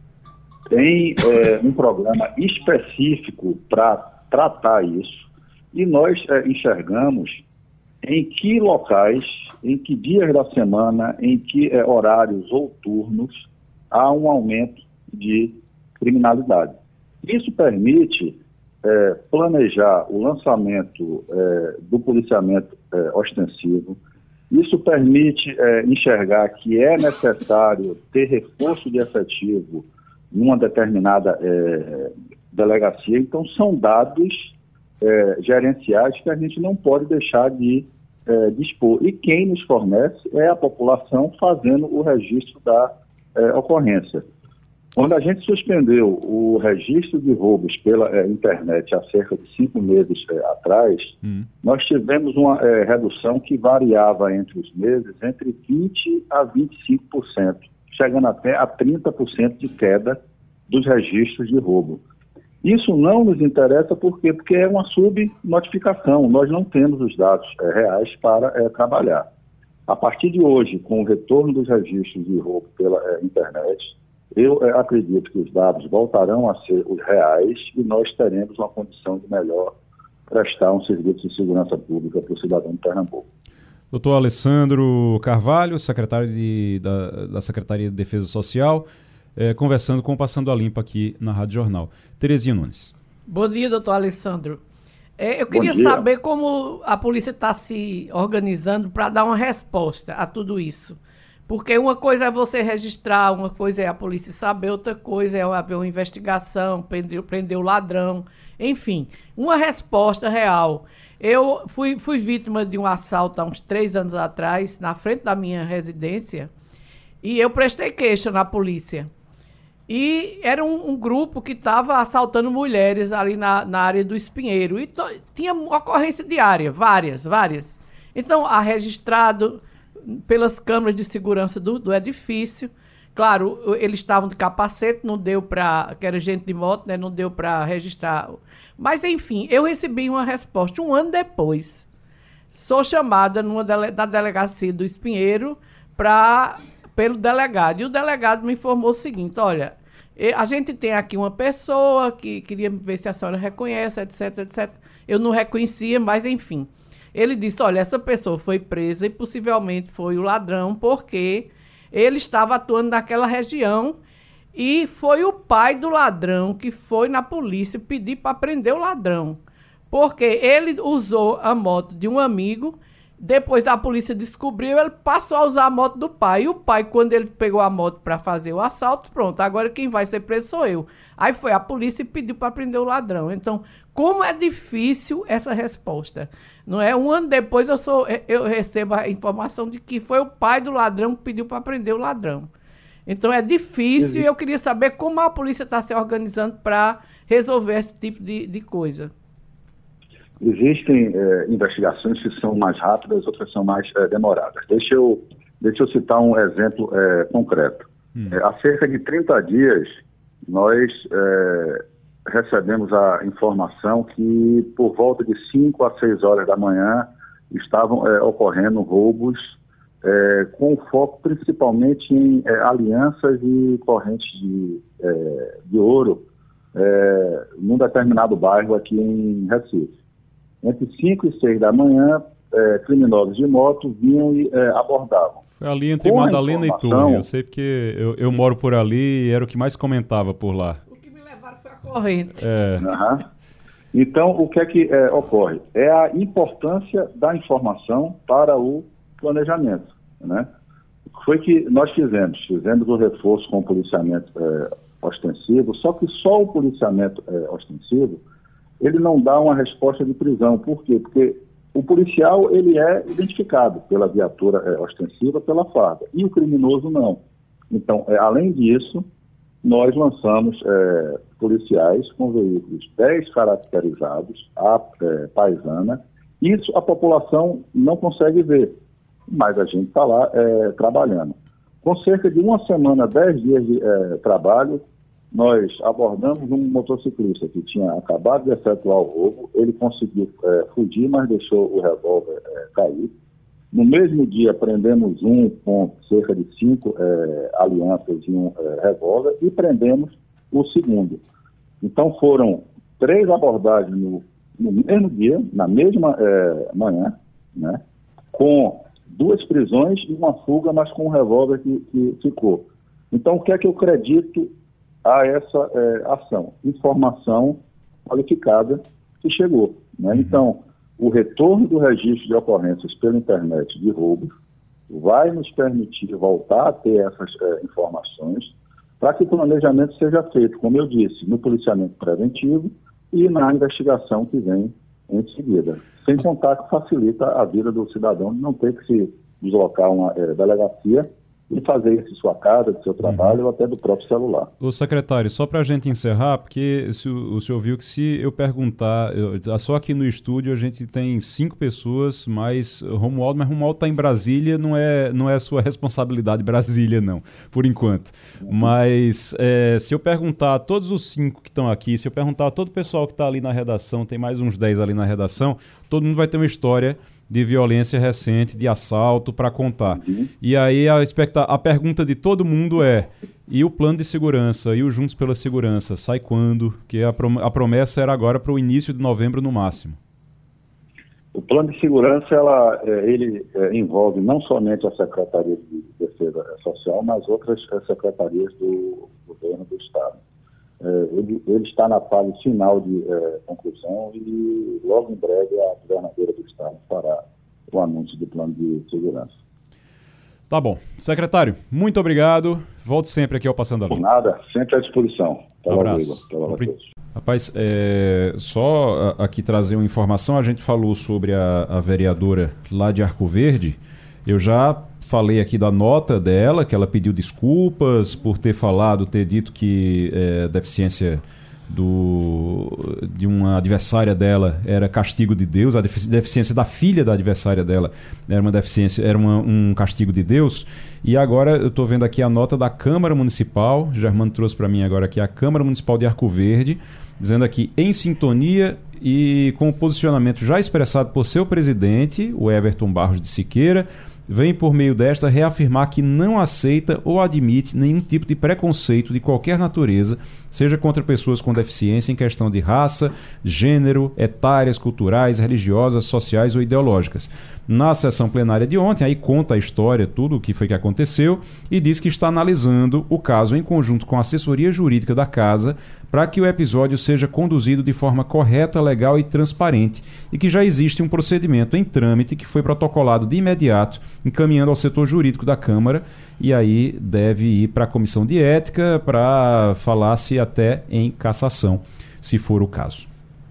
tem é, um programa específico para tratar isso, e nós é, enxergamos em que locais, em que dias da semana, em que é, horários ou turnos, há um aumento de criminalidade. Isso permite é, planejar o lançamento é, do policiamento é, ostensivo. Isso permite é, enxergar que é necessário ter reforço de efetivo numa determinada é, delegacia. Então, são dados é, gerenciais que a gente não pode deixar de é, dispor. E quem nos fornece é a população fazendo o registro da é, ocorrência. Quando a gente suspendeu o registro de roubos pela é, internet há cerca de cinco meses é, atrás, hum. nós tivemos uma é, redução que variava entre os meses entre vinte por cento a vinte e cinco por cento, chegando até a trinta por cento de queda dos registros de roubo. Isso não nos interessa por quê? Porque é uma subnotificação, nós não temos os dados é, reais para é, trabalhar. A partir de hoje, com o retorno dos registros de roubo pela é, internet, eu é, acredito que os dados voltarão a ser os reais e nós teremos uma condição de melhor prestar um serviço de segurança pública para o cidadão de Pernambuco. Doutor Alessandro Carvalho, secretário de, da, da Secretaria de Defesa Social, é, conversando com o Passando a Limpo aqui na Rádio Jornal. Terezinha Nunes. Bom dia, doutor Alessandro. É, eu queria saber como a polícia está se organizando para dar uma resposta a tudo isso. Porque uma coisa é você registrar, uma coisa é a polícia saber, outra coisa é haver uma investigação, prender, prender o ladrão, enfim, uma resposta real. Eu fui, fui vítima de um assalto há uns três anos atrás, na frente da minha residência, e eu prestei queixa na polícia. E era um, um grupo que estava assaltando mulheres ali na, na área do Espinheiro. E to, tinha ocorrência diária, várias, várias. Então, a registrado pelas câmeras de segurança do, do edifício. Claro, eles estavam de capacete, não deu para... que era gente de moto, né? Não deu para registrar. Mas, enfim, eu recebi uma resposta um ano depois. Sou chamada numa dele, da delegacia do Espinheiro pra, pelo delegado. E o delegado me informou o seguinte, olha, a gente tem aqui uma pessoa que queria ver se a senhora reconhece, etc, etcétera. Eu não reconhecia, mas, enfim... Ele disse, olha, essa pessoa foi presa e possivelmente foi o ladrão porque ele estava atuando naquela região e foi o pai do ladrão que foi na polícia pedir para prender o ladrão. Porque ele usou a moto de um amigo, depois a polícia descobriu, ele passou a usar a moto do pai. E o pai, quando ele pegou a moto para fazer o assalto, pronto, agora quem vai ser preso sou eu. Aí foi a polícia e pediu para prender o ladrão. Então, como é difícil essa resposta. Não é? Um ano depois eu, sou, eu recebo a informação de que foi o pai do ladrão que pediu para prender o ladrão. Então é difícil e eu queria saber como a polícia está se organizando para resolver esse tipo de, de coisa. Existem é, investigações que são mais rápidas, outras são mais é, demoradas. Deixa eu, deixa eu citar um exemplo é, concreto. Hum. É, há cerca de trinta dias, nós... É, recebemos a informação que por volta de cinco a seis horas da manhã estavam é, ocorrendo roubos é, com foco principalmente em é, alianças e correntes de, é, de ouro é, num determinado bairro aqui em Recife. Entre cinco e seis da manhã, é, criminosos de moto vinham e é, abordavam. Foi ali entre com Madalena e Torre, eu sei porque eu, eu moro por ali e era o que mais comentava por lá. Corrente. É. Uhum. Então, o que é que é, ocorre? É a importância da informação para o planejamento, né? Foi que nós fizemos, fizemos o reforço com o policiamento é, ostensivo, só que só o policiamento é, ostensivo, ele não dá uma resposta de prisão. Por quê? Porque o policial, ele é identificado pela viatura é, ostensiva, pela farda, e o criminoso não. Então, é, além disso, nós lançamos é, policiais com veículos descaracterizados, a é, paisana. Isso a população não consegue ver, mas a gente está lá é, trabalhando. Com cerca de uma semana, dez dias de é, trabalho, nós abordamos um motociclista que tinha acabado de efetuar o roubo. Ele conseguiu é, fugir, mas deixou o revólver é, cair. No mesmo dia, prendemos um com cerca de cinco é, alianças e um é, revólver e prendemos o segundo. Então, foram três abordagens no, no mesmo dia, na mesma é, manhã, né, com duas prisões e uma fuga, mas com um revólver que, que ficou. Então, o que é que eu acredito a essa é, ação? Informação qualificada que chegou, né? Então, o retorno do registro de ocorrências pela internet de roubo vai nos permitir voltar a ter essas é, informações para que o planejamento seja feito, como eu disse, no policiamento preventivo e na investigação que vem em seguida. Sem contar que facilita a vida do cidadão de não ter que se deslocar a uma é, delegacia e fazer isso em sua casa, do seu trabalho, uhum. ou até do próprio celular. Ô secretário, só para a gente encerrar, porque se, o senhor viu que se eu perguntar, eu, só aqui no estúdio a gente tem cinco pessoas, mas Romualdo, mas Romualdo está em Brasília, não é, não é sua responsabilidade Brasília não, por enquanto. Uhum. Mas é, se eu perguntar a todos os cinco que estão aqui, se eu perguntar a todo o pessoal que está ali na redação, tem mais uns dez ali na redação, todo mundo vai ter uma história de violência recente, de assalto para contar. Uhum. E aí a, expecta- a pergunta de todo mundo é, e o plano de segurança, e o Juntos pela Segurança, sai quando? Que a, prom- a promessa era agora para o início de novembro no máximo. O plano de segurança, ela, ele envolve não somente a Secretaria de Defesa Social, mas outras secretarias do governo do Estado. Ele, ele está na fase final de eh, conclusão e logo em breve a governadora do Estado fará o anúncio do plano de segurança. Tá bom. Secretário, muito obrigado. Volte sempre aqui ao Passando a Limpo. Por nada, sempre à disposição. Um abraço. Compre... Rapaz, é, só aqui trazer uma informação, a gente falou sobre a, a vereadora lá de Arco Verde, eu já falei aqui da nota dela, que ela pediu desculpas por ter falado, ter dito que é, deficiência do, de uma adversária dela era castigo de Deus, a deficiência da filha da adversária dela era uma deficiência, era uma, um castigo de Deus. E agora eu estou vendo aqui a nota da Câmara Municipal, Germano trouxe para mim agora aqui a Câmara Municipal de Arco Verde, dizendo aqui, em sintonia e com o posicionamento já expressado por seu presidente, o Everton Barros de Siqueira, vem por meio desta reafirmar que não aceita ou admite nenhum tipo de preconceito de qualquer natureza, seja contra pessoas com deficiência em questão de raça, gênero, etárias, culturais, religiosas, sociais ou ideológicas. Na sessão plenária de ontem, aí conta a história, tudo o que foi que aconteceu, e diz que está analisando o caso em conjunto com a assessoria jurídica da Casa para que o episódio seja conduzido de forma correta, legal e transparente, e que já existe um procedimento em trâmite que foi protocolado de imediato, encaminhando ao setor jurídico da Câmara, e aí deve ir para a Comissão de Ética para falar-se até em cassação, se for o caso.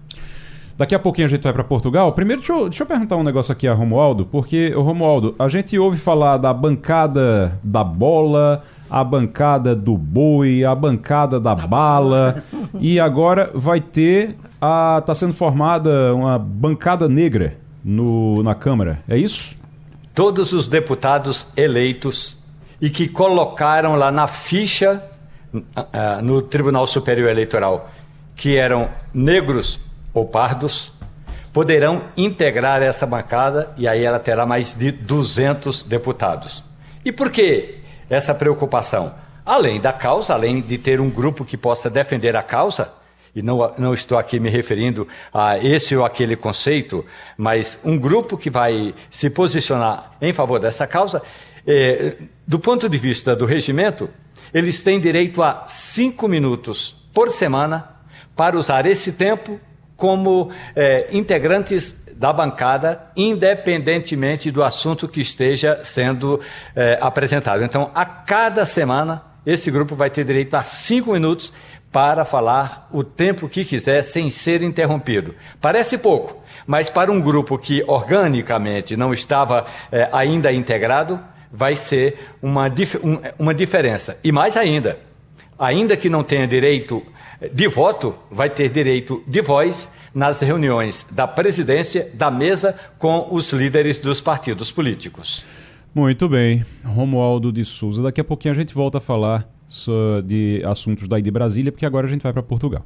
Daqui a pouquinho a gente vai para Portugal. Primeiro, deixa eu, deixa eu perguntar um negócio aqui a Romualdo, porque, Romualdo, a gente ouve falar da bancada da bola, a bancada do boi, a bancada da bala, e agora vai ter, a, tá sendo formada uma bancada negra no, na Câmara, é isso? Todos os deputados eleitos e que colocaram lá na ficha uh, no Tribunal Superior Eleitoral que eram negros ou pardos, poderão integrar essa bancada e aí ela terá mais de duzentos deputados. E por que essa preocupação? Além da causa, além de ter um grupo que possa defender a causa, e não, não estou aqui me referindo a esse ou aquele conceito, mas um grupo que vai se posicionar em favor dessa causa, eh, do ponto de vista do regimento, eles têm direito a cinco minutos por semana para usar esse tempo como eh, integrantes da bancada, independentemente do assunto que esteja sendo eh, apresentado. Então, a cada semana, esse grupo vai ter direito a cinco minutos para falar o tempo que quiser, sem ser interrompido. Parece pouco, mas para um grupo que organicamente não estava eh, ainda integrado, vai ser uma, dif- um, uma diferença. E mais ainda, ainda que não tenha direito de voto, vai ter direito de voz nas reuniões da presidência, da mesa, com os líderes dos partidos políticos. Muito bem. Romualdo de Souza. Daqui a pouquinho a gente volta a falar de assuntos daí de Brasília, porque agora a gente vai para Portugal.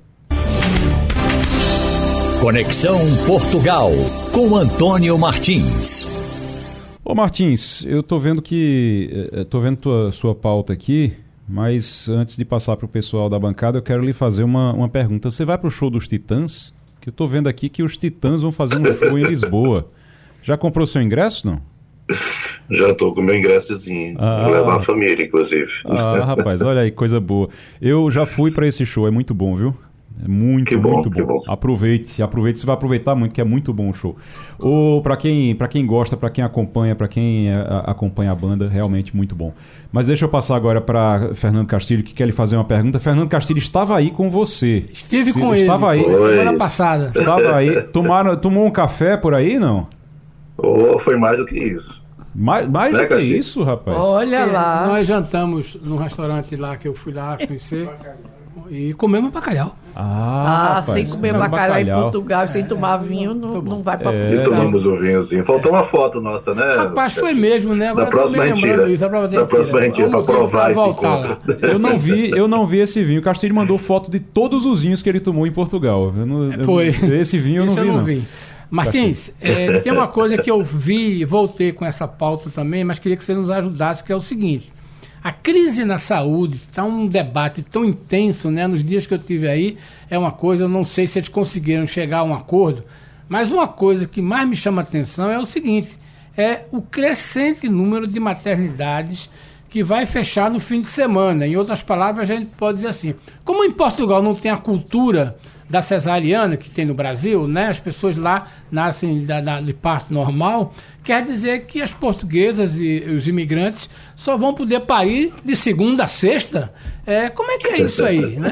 Conexão Portugal, com Antônio Martins. Ô Martins, eu tô vendo que... tô vendo tua, sua pauta aqui, mas antes de passar para o pessoal da bancada, eu quero lhe fazer uma, uma pergunta. Você vai para o show dos Titãs? Que eu tô vendo aqui que os Titãs vão fazer um show em Lisboa. Já comprou seu ingresso, não? Já estou com meu ingressozinho. Ah, Vou levar a família, inclusive. Ah, rapaz, olha aí, coisa boa. Eu já fui para esse show, é muito bom, viu? É muito, que bom, muito bom. bom. Aproveite, aproveite, você vai aproveitar muito, que é muito bom o show. Ou para quem, para quem gosta, para quem acompanha, para quem a, a, acompanha a banda, realmente muito bom. Mas deixa eu passar agora para Fernando Castilho, que quer lhe fazer uma pergunta. Fernando Castilho estava aí com você. Estive Se, com estava ele. Estava aí. Foi. Semana passada. Estava aí. Tomaram, tomou um café por aí, não? Oh, foi mais do que isso. Mais, mais né, do que Castilho? isso, rapaz. Olha lá. Nós jantamos num restaurante lá que eu fui lá conhecer e comemos bacalhau. Ah, Ah, rapaz, sem comer bacalhau, bacalhau em Portugal, sem tomar vinho, não, não vai pra É. E Portugal. tomamos o vinhozinho. Faltou uma foto nossa, né? Rapaz, foi mesmo, né? Agora Da próxima a gente tira. Isso, da Da próxima a gente tira pra provar esse voltar encontro. lá. Eu não vi, eu não vi esse vinho. O Castilho mandou foto de todos os vinhos que ele tomou em Portugal. Eu não, eu- Foi. Esse vinho eu não Isso vi, eu não não. vi. Martins, é, tem uma coisa que eu vi, voltei com essa pauta também, mas queria que você nos ajudasse, que é o seguinte. A crise na saúde está um debate tão intenso, né? Nos dias que eu tive aí, é uma coisa, eu não sei se eles conseguiram chegar a um acordo, mas uma coisa que mais me chama a atenção é o seguinte, é o crescente número de maternidades que vai fechar no fim de semana. Em outras palavras, a gente pode dizer assim, como em Portugal não tem a cultura da cesariana que tem no Brasil, né? As pessoas lá nascem da, da, de parto normal, quer dizer que as portuguesas e os imigrantes só vão poder parir de segunda a sexta. É, como é que é isso aí, né?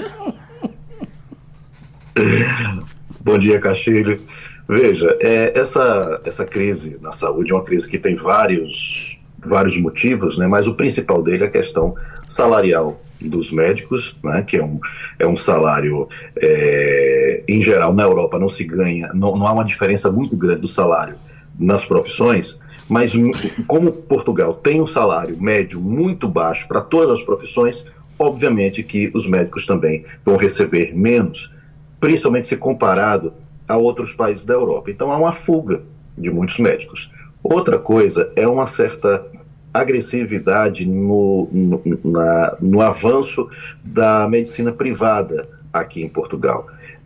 Bom dia, Castilho. Veja, é, essa, essa crise na saúde é uma crise que tem vários, vários motivos, né? Mas o principal dele é a questão salarial dos médicos, né, que é um, é um salário, é, em geral, na Europa não se ganha, não, não há uma diferença muito grande do salário nas profissões, mas como Portugal tem um salário médio muito baixo para todas as profissões, obviamente que os médicos também vão receber menos, principalmente se comparado a outros países da Europa. Então há uma fuga de muitos médicos. Outra coisa é uma certa agressividade no, no, na, no avanço da medicina privada aqui em Portugal.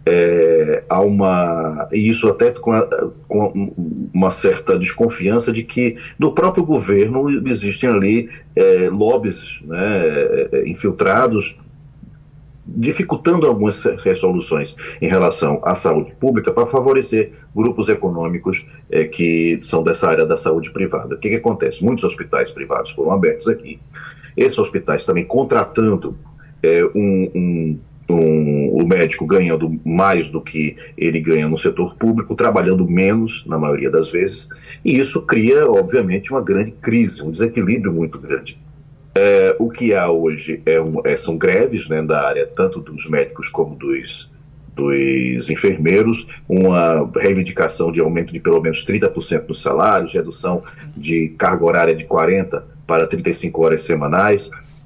É, há uma, e isso até com, a, com uma certa desconfiança de que do próprio governo existem ali é, lobbies, né, infiltrados, dificultando algumas resoluções em relação à saúde pública para favorecer grupos econômicos eh, que são dessa área da saúde privada. O que, que acontece? Muitos hospitais privados foram abertos aqui. Esses hospitais também contratando eh, um, um, um, o médico ganhando mais do que ele ganha no setor público, trabalhando menos, na maioria das vezes, e isso cria, obviamente, uma grande crise, um desequilíbrio muito grande. É, o que há hoje é um, é, são greves, né, da área tanto dos médicos como dos, dos enfermeiros, uma reivindicação de aumento de pelo menos trinta por cento dos salários, redução de carga horária de quarenta para trinta e cinco horas semanais,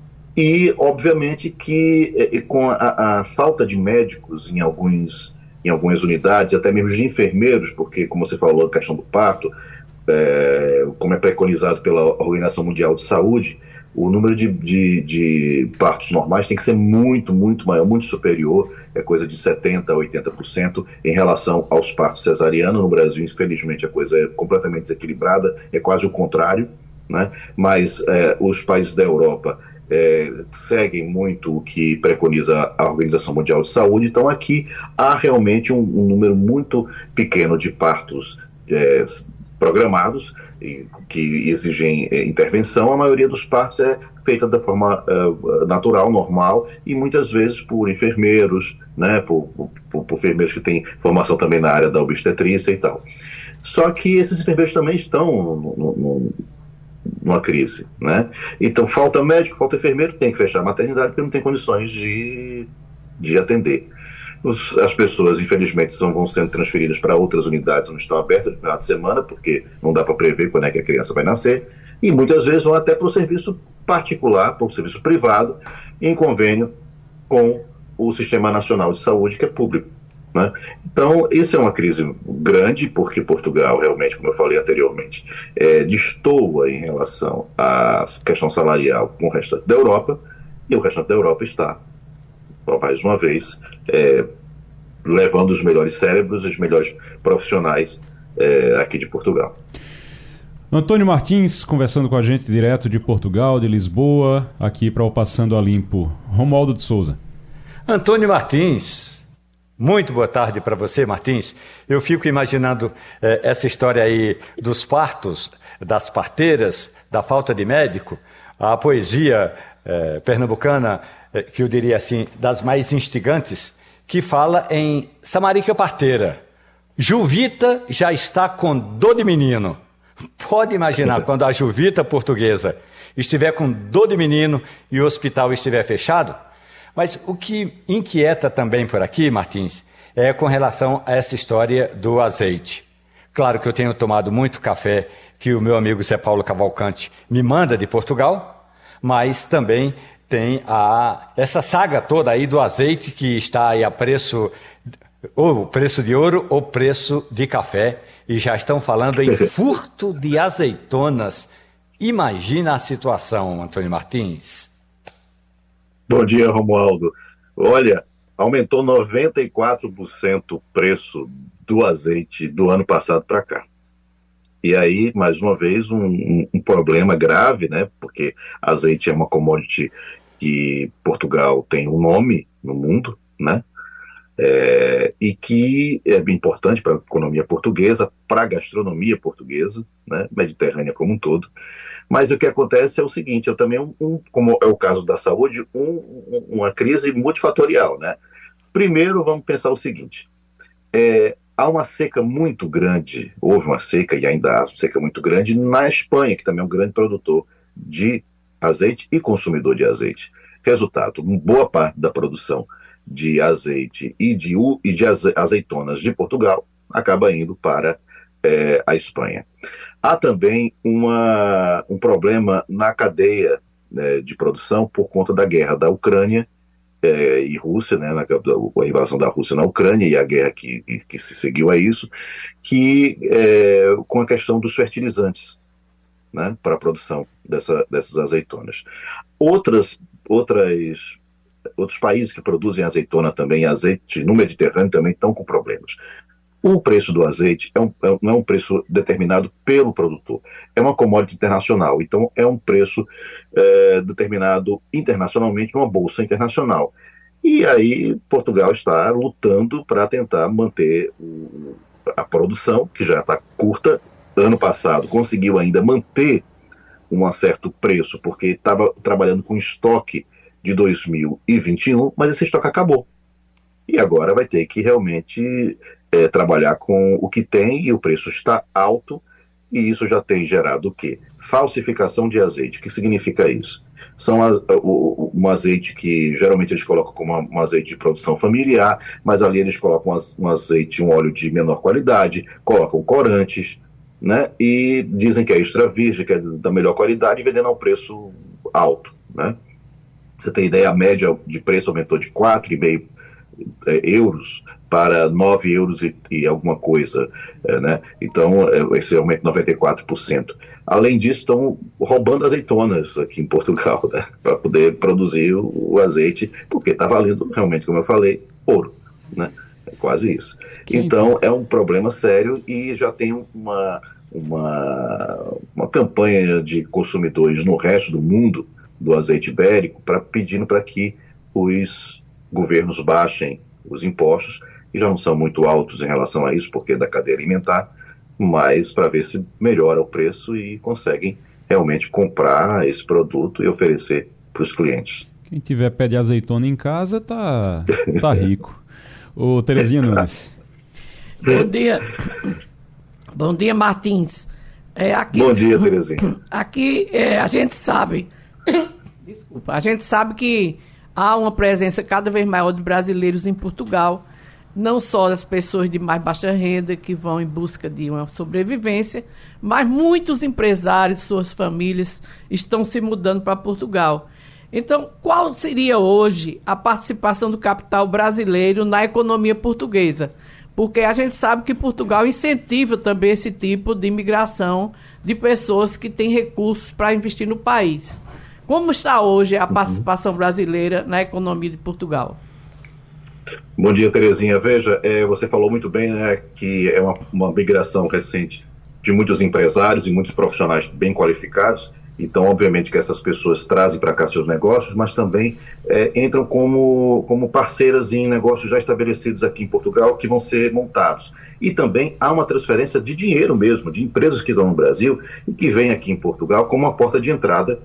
e obviamente que é, com a, a falta de médicos em, alguns, em algumas unidades, até mesmo de enfermeiros, porque como você falou, a questão do parto, é, como é preconizado pela Organização Mundial de Saúde, o número de, de, de partos normais tem que ser muito, muito maior, muito superior, é coisa de setenta por cento a oitenta por cento em relação aos partos cesarianos. No Brasil, infelizmente, a coisa é completamente desequilibrada, é quase o contrário, né? Mas é, os países da Europa é, seguem muito o que preconiza a Organização Mundial de Saúde, então aqui há realmente um, um número muito pequeno de partos é, programados, que exigem é, intervenção. A maioria dos partos é feita da forma uh, natural, normal, e muitas vezes por enfermeiros, né, por, por, por enfermeiros que têm formação também na área da obstetrícia e tal. Só que esses enfermeiros também estão no, no, no, numa crise, né? Então falta médico, falta enfermeiro, tem que fechar a maternidade porque não tem condições de, de atender. Os, as pessoas, infelizmente, são, vão sendo transferidas para outras unidades onde estão abertas no final de semana, porque não dá para prever quando é que a criança vai nascer, e muitas vezes vão até para o serviço particular, para o serviço privado, em convênio com o Sistema Nacional de Saúde, que é público, né? Então, isso é uma crise grande, porque Portugal, realmente, como eu falei anteriormente, é, destoa em relação à questão salarial com o restante da Europa, e o restante da Europa está, mais uma vez, é, levando os melhores cérebros, os melhores profissionais é, aqui de Portugal. Antônio Martins conversando com a gente direto de Portugal, de Lisboa, aqui para o Passando a Limpo. Romualdo de Souza. Antônio Martins, muito boa tarde para você, Martins. Eu fico imaginando eh, essa história aí dos partos, das parteiras, da falta de médico, a poesia eh, pernambucana, eh, que eu diria assim, das mais instigantes, que fala em Samarica parteira. Juvita já está com dor de menino. Pode imaginar quando a Juvita portuguesa estiver com dor de menino e o hospital estiver fechado? Mas o que inquieta também por aqui, Martins, é com relação a essa história do azeite. Claro que eu tenho tomado muito café que o meu amigo Zé Paulo Cavalcante me manda de Portugal, mas também tem a, essa saga toda aí do azeite que está aí a preço, ou preço de ouro ou preço de café, e já estão falando em furto de azeitonas. Imagina a situação, Antônio Martins. Bom dia, Romualdo. Olha, aumentou noventa e quatro por cento o preço do azeite do ano passado para cá. E aí, mais uma vez, um, um, um problema grave, né? Porque azeite é uma commodity que Portugal tem um nome no mundo, né? É, e que é bem importante para a economia portuguesa, para a gastronomia portuguesa, né? Mediterrânea como um todo. Mas o que acontece é o seguinte, eu também, um, como é o caso da saúde, um, uma crise multifatorial, né? Primeiro, vamos pensar o seguinte, é, há uma seca muito grande, houve uma seca e ainda há uma seca muito grande na Espanha, que também é um grande produtor de azeite e consumidor de azeite. Resultado, boa parte da produção de azeite e de, e de azeitonas de Portugal acaba indo para é, a Espanha. Há também uma, um problema na cadeia, né, de produção por conta da guerra da Ucrânia é, e Rússia, né, na, a invasão da Rússia na Ucrânia e a guerra que, que, que se seguiu a isso, que é, com a questão dos fertilizantes, né, para a produção dessa, dessas azeitonas. Outras, outras, outros países que produzem azeitona também, azeite no Mediterrâneo também estão com problemas. O preço do azeite é um, é, não é um preço determinado pelo produtor, é uma commodity internacional, então é um preço é, determinado internacionalmente numa bolsa internacional. E aí Portugal está lutando para tentar manter o, a produção, que já está curta. Ano passado conseguiu ainda manter um certo preço, porque estava trabalhando com estoque de dois mil e vinte e um, mas esse estoque acabou. E agora vai ter que realmente é, trabalhar com o que tem, e o preço está alto, e isso já tem gerado o quê? Falsificação de azeite. O que significa isso? São as, o, um azeite que geralmente eles colocam como um azeite de produção familiar, mas ali eles colocam um azeite, um óleo de menor qualidade, colocam corantes, né? E dizem que é extra virgem, que é da melhor qualidade, vendendo a um preço alto, né? Você tem ideia, a média de preço aumentou de quatro vírgula cinco euros para nove euros e, e alguma coisa, é, né? Então, é, esse aumento de noventa e quatro por cento. Além disso, estão roubando azeitonas aqui em Portugal, né? Para poder produzir o, o azeite, porque está valendo, realmente, como eu falei, ouro, né? É quase isso. Que então, é um problema sério e já tem uma, uma, uma campanha de consumidores no resto do mundo do azeite ibérico para pedindo para que os governos baixem os impostos, que já não são muito altos em relação a isso, porque é da cadeia alimentar, mas para ver se melhora o preço e conseguem realmente comprar esse produto e oferecer para os clientes. Quem tiver pé de azeitona em casa tá, tá rico. Ô, Terezinha Nunes. Bom dia. Bom dia, Martins. É, aqui, Bom dia, Terezinha. Aqui é, a gente sabe, desculpa, a gente sabe que há uma presença cada vez maior de brasileiros em Portugal, não só das pessoas de mais baixa renda que vão em busca de uma sobrevivência, mas muitos empresários, suas famílias, estão se mudando para Portugal. Então, qual seria hoje a participação do capital brasileiro na economia portuguesa? Porque a gente sabe que Portugal incentiva também esse tipo de imigração de pessoas que têm recursos para investir no país. Como está hoje a participação brasileira na economia de Portugal? Bom dia, Terezinha. Veja, é, você falou muito bem, né, que é uma, uma migração recente de muitos empresários e muitos profissionais bem qualificados. Então, obviamente que essas pessoas trazem para cá seus negócios, mas também é, entram como, como parceiras em negócios já estabelecidos aqui em Portugal, que vão ser montados. E também há uma transferência de dinheiro mesmo, de empresas que estão no Brasil e que vêm aqui em Portugal como uma porta de entrada,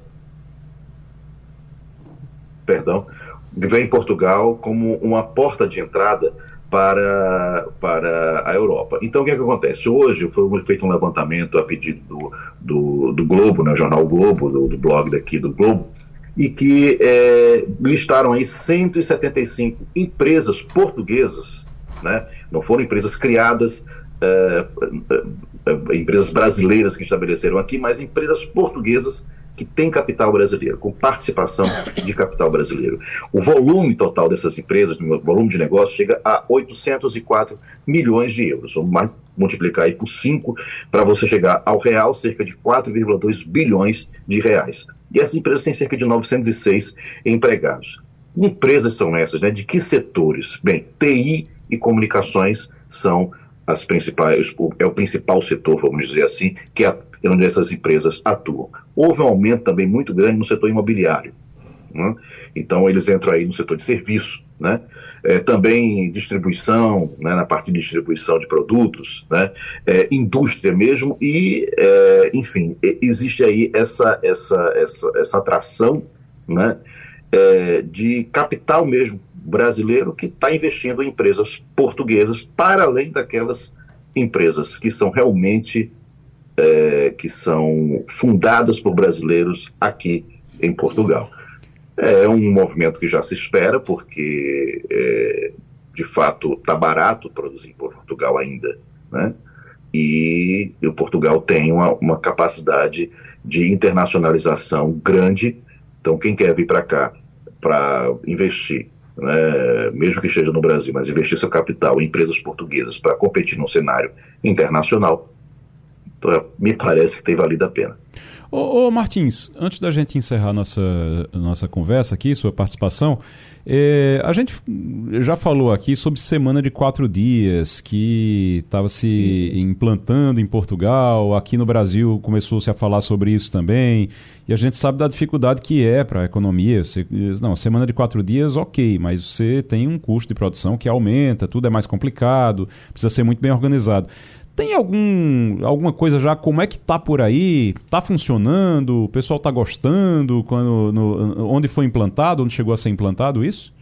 perdão, que vem em Portugal como uma porta de entrada para, para a Europa. Então, o que é que acontece? Hoje foi feito um levantamento a pedido do, do, do Globo, né, o jornal Globo, do, do blog daqui do Globo, e que é, listaram aí cento e setenta e cinco empresas portuguesas, né? Não foram empresas criadas, é, é, empresas brasileiras que estabeleceram aqui, mas empresas portuguesas que têm capital brasileiro, com participação de capital brasileiro. O volume total dessas empresas, o volume de negócio, chega a oitocentos e quatro milhões de euros. Vamos multiplicar aí por cinco para você chegar ao real, cerca de quatro vírgula dois bilhões de reais. E essas empresas têm cerca de novecentos e seis empregados. Que empresas são essas, né? De que setores? Bem, T I e comunicações são as principais, é o principal setor, vamos dizer assim, que é onde essas empresas atuam. Houve um aumento também muito grande no setor imobiliário, né? Então eles entram aí no setor de serviço, né? É, também distribuição, né? Na parte de distribuição de produtos, né? É, indústria mesmo e, é, enfim, existe aí essa, essa, essa, essa atração, né? É, de capital mesmo brasileiro que está investindo em empresas portuguesas, para além daquelas empresas que são realmente É, que são fundadas por brasileiros aqui em Portugal. É um movimento que já se espera, porque, é, de fato, está barato produzir em Portugal ainda, né? E o Portugal tem uma, uma capacidade de internacionalização grande. Então, quem quer vir para cá para investir, né, mesmo que esteja no Brasil, mas investir seu capital em empresas portuguesas para competir num cenário internacional, então, me parece que tem valido a pena. Ô, ô Martins, antes da gente encerrar nossa, nossa conversa aqui, sua participação, é, a gente já falou aqui sobre semana de quatro dias que estava se implantando em Portugal, aqui no Brasil começou-se a falar sobre isso também, e a gente sabe da dificuldade que é para a economia. Você, não, semana de quatro dias, ok, mas você tem um custo de produção que aumenta, tudo é mais complicado, precisa ser muito bem organizado. Tem algum, alguma coisa já, como é que tá por aí? Tá funcionando? O pessoal tá gostando? Quando, no, onde foi implantado? Onde chegou a ser implantado isso?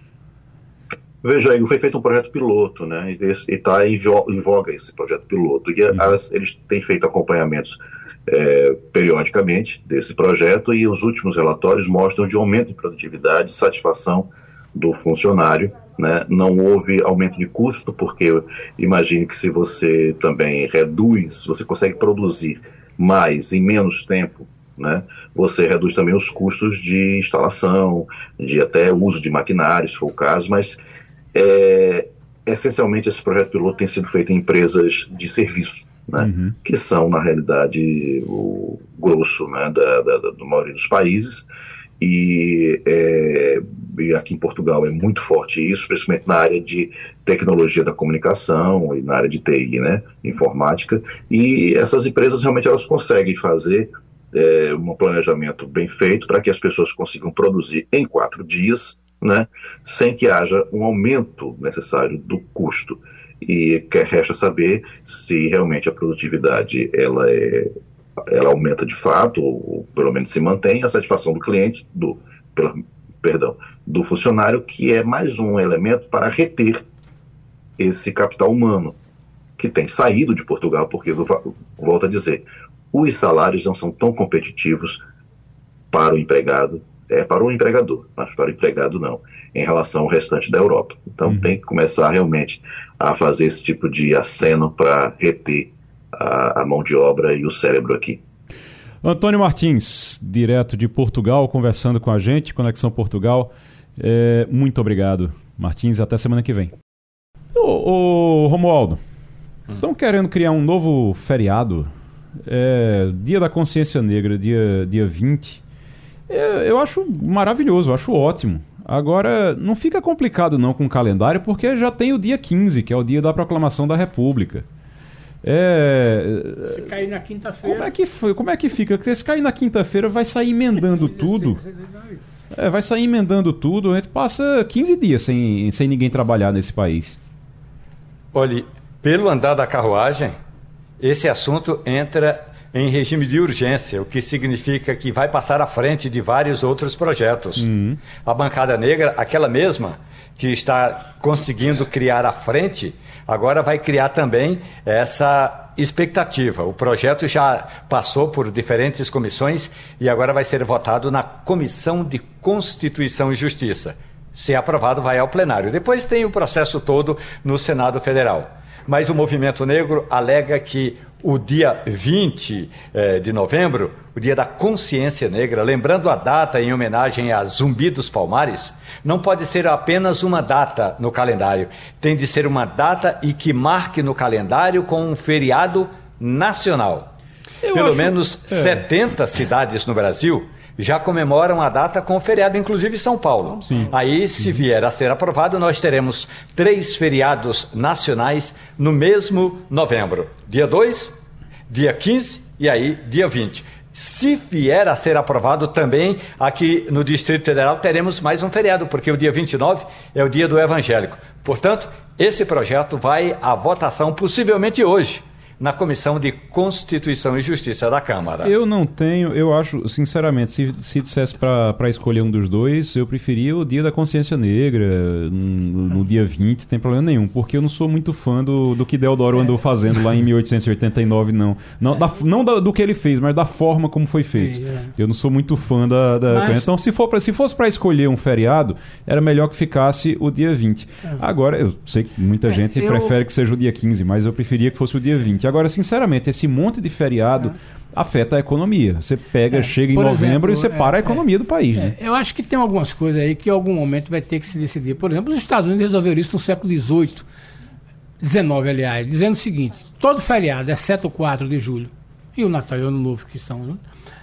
Veja aí, foi feito um projeto piloto, né? E está em, em voga esse projeto piloto. E uhum. as, eles têm feito acompanhamentos é, periodicamente desse projeto, e os últimos relatórios mostram de aumento de produtividade e satisfação do funcionário, né? Não houve aumento de custo, porque imagine que se você também reduz, você consegue produzir mais em menos tempo, né? Você reduz também os custos de instalação, de até uso de maquinários, se for o caso, mas é, essencialmente esse projeto piloto tem sido feito em empresas de serviço, né? Uhum. Que são, na realidade, o grosso, né, da, da, da maioria dos países. E, é, e aqui em Portugal é muito forte isso, principalmente na área de tecnologia da comunicação e na área de T I, né, informática, e essas empresas realmente elas conseguem fazer é, um planejamento bem feito para que as pessoas consigam produzir em quatro dias, né, sem que haja um aumento necessário do custo. E que resta saber se realmente a produtividade ela é ela aumenta de fato, ou pelo menos se mantém, a satisfação do cliente, do, pela, perdão, do funcionário, que é mais um elemento para reter esse capital humano, que tem saído de Portugal, porque, volto a dizer, os salários não são tão competitivos para o empregado, é para o empregador, mas para o empregado não, em relação ao restante da Europa. Então uhum. tem que começar realmente a fazer esse tipo de aceno para reter A, a mão de obra e o cérebro aqui. Antônio Martins, direto de Portugal, conversando com a gente, Conexão Portugal. É, muito obrigado, Martins, até semana que vem. Ô, ô Romualdo, estão hum. querendo criar um novo feriado, é, Dia da Consciência Negra, dia, dia vinte. É, eu acho maravilhoso, eu acho ótimo. Agora, não fica complicado não com o calendário, porque já tem o dia quinze, que é o dia da Proclamação da República. É... Se cair na quinta-feira... Como é que, foi? Como é que fica? Porque se cair na quinta-feira vai sair emendando tudo. É, vai sair emendando tudo. A gente passa quinze dias sem, sem ninguém trabalhar nesse país. Olhe, pelo andar da carruagem, esse assunto entra em regime de urgência, o que significa que vai passar à frente de vários outros projetos. Uhum. A bancada negra, aquela mesma que está conseguindo criar à frente, agora vai criar também essa expectativa. O projeto já passou por diferentes comissões e agora vai ser votado na Comissão de Constituição e Justiça. Se aprovado, vai ao plenário. Depois tem o processo todo no Senado Federal. Mas o Movimento Negro alega que o dia vinte eh, de novembro, o dia da consciência negra, lembrando a data em homenagem a Zumbi dos Palmares, não pode ser apenas uma data no calendário. Tem de ser uma data e que marque no calendário com um feriado nacional. Eu Pelo acho... menos é. setenta cidades no Brasil já comemoram a data com feriado, inclusive São Paulo. Sim. Aí, se vier a ser aprovado, nós teremos três feriados nacionais no mesmo novembro. Dia dois, dia quinze e aí dia vinte. Se vier a ser aprovado também, aqui no Distrito Federal teremos mais um feriado, porque o dia vinte e nove é o dia do evangélico. Portanto, esse projeto vai à votação possivelmente hoje, na Comissão de Constituição e Justiça da Câmara. Eu não tenho, eu acho, sinceramente, se, se dissesse para escolher um dos dois, eu preferia o Dia da Consciência Negra, no, no dia vinte, não tem problema nenhum, porque eu não sou muito fã do, do que Deodoro andou fazendo lá em mil oitocentos e oitenta e nove, não. Não, da, não da, do que ele fez, mas da forma como foi feito. Eu não sou muito fã da... da mas... Então, se, for pra, se fosse para escolher um feriado, era melhor que ficasse o dia vinte. Agora, eu sei que muita é, gente eu... prefere que seja o dia quinze, mas eu preferia que fosse o dia vinte. Agora, sinceramente, esse monte de feriado é. afeta a economia. Você pega, é, chega em novembro exemplo, e você para é, a economia é, do país. É, né? Eu acho que tem algumas coisas aí que em algum momento vai ter que se decidir. Por exemplo, os Estados Unidos resolveram isso no século dezoito, dezenove, aliás, dizendo o seguinte: todo feriado, exceto o quatro de julho e o Natal e o Ano Novo, que são, né,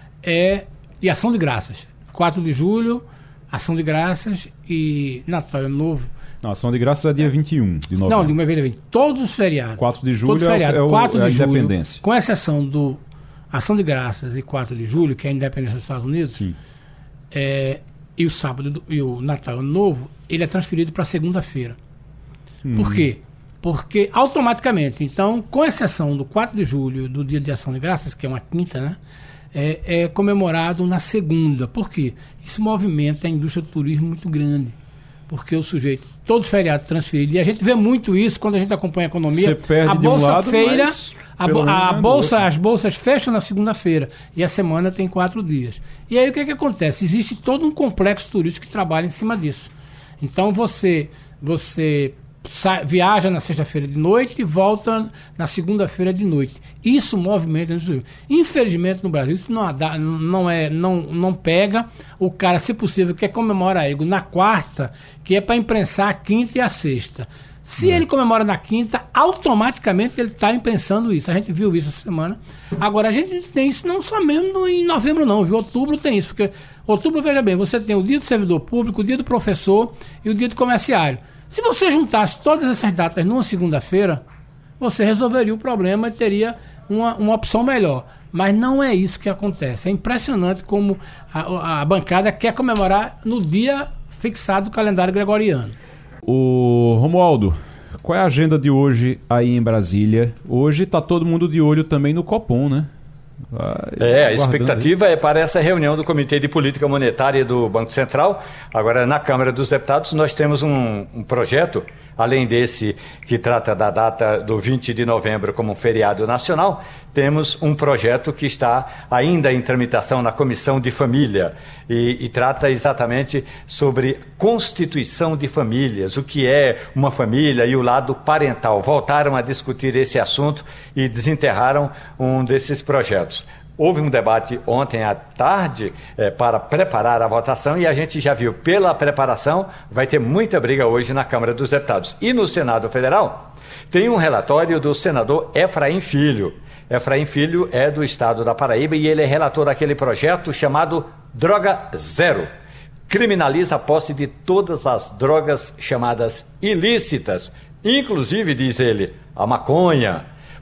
é de ação de graças. quatro de julho, ação de graças, e Natal e Ano Novo. Não, ação de graças é dia vinte e um de novembro. Não, de uma vez, todos os feriados. quatro de julho feriado, é, o, quatro é a de julho, independência. Com exceção do ação de graças e quatro de julho, que é a independência dos Estados Unidos, é, e o sábado e o Natal e Ano Novo, ele é transferido para segunda-feira. Hum. Por quê? Porque automaticamente, então, com exceção do quatro de julho, do dia de ação de graças, que é uma quinta, né? É, é comemorado na segunda. Por quê? Isso movimenta a indústria do turismo muito grande. Porque o sujeito, todo feriado transferido, e a gente vê muito isso quando a gente acompanha a economia. Você perde a bolsa de um lado, feira, mas a, bo a bolsa, as bolsas fecham na segunda-feira e a semana tem quatro dias. E aí o que é que acontece? Existe todo um complexo turístico que trabalha em cima disso. Então você, você sai, viaja na sexta-feira de noite e volta na segunda-feira de noite. Isso movimenta. Infelizmente no Brasil isso não, não, é, não, não pega. O cara, se possível, quer comemorar aí na quarta, que é para imprensar a quinta e a sexta. Se é. ele comemora na quinta, automaticamente ele está impensando isso. A gente viu isso essa semana. Agora, a gente tem isso não só mesmo em novembro não, viu? Outubro tem isso, porque outubro, veja bem, você tem o dia do servidor público, o dia do professor e o dia do comerciário. Se você juntasse todas essas datas numa segunda-feira, você resolveria o problema e teria uma, uma opção melhor. Mas não é isso que acontece. É impressionante como a, a bancada quer comemorar no dia fixado do calendário gregoriano. O Romualdo, qual é a agenda de hoje aí em Brasília? Hoje está todo mundo de olho também no Copom, né? Vai, é, a expectativa aí. é para essa reunião do Comitê de Política Monetária do Banco Central. Agora, na Câmara dos Deputados, nós temos um, um projeto, além desse que trata da data do vinte de novembro como um feriado nacional, temos um projeto que está ainda em tramitação na Comissão de Família e, e trata exatamente sobre constituição de famílias, o que é uma família e o lado parental. Voltaram a discutir esse assunto e desenterraram um desses projetos. Houve um debate ontem à tarde eh, para preparar a votação e a gente já viu pela preparação, vai ter muita briga hoje na Câmara dos Deputados. E no Senado Federal tem um relatório do senador Efraim Filho. Efraim Filho é do estado da Paraíba e ele é relator daquele projeto chamado Droga Zero. Criminaliza a posse de todas as drogas chamadas ilícitas, inclusive, diz ele, a maconha.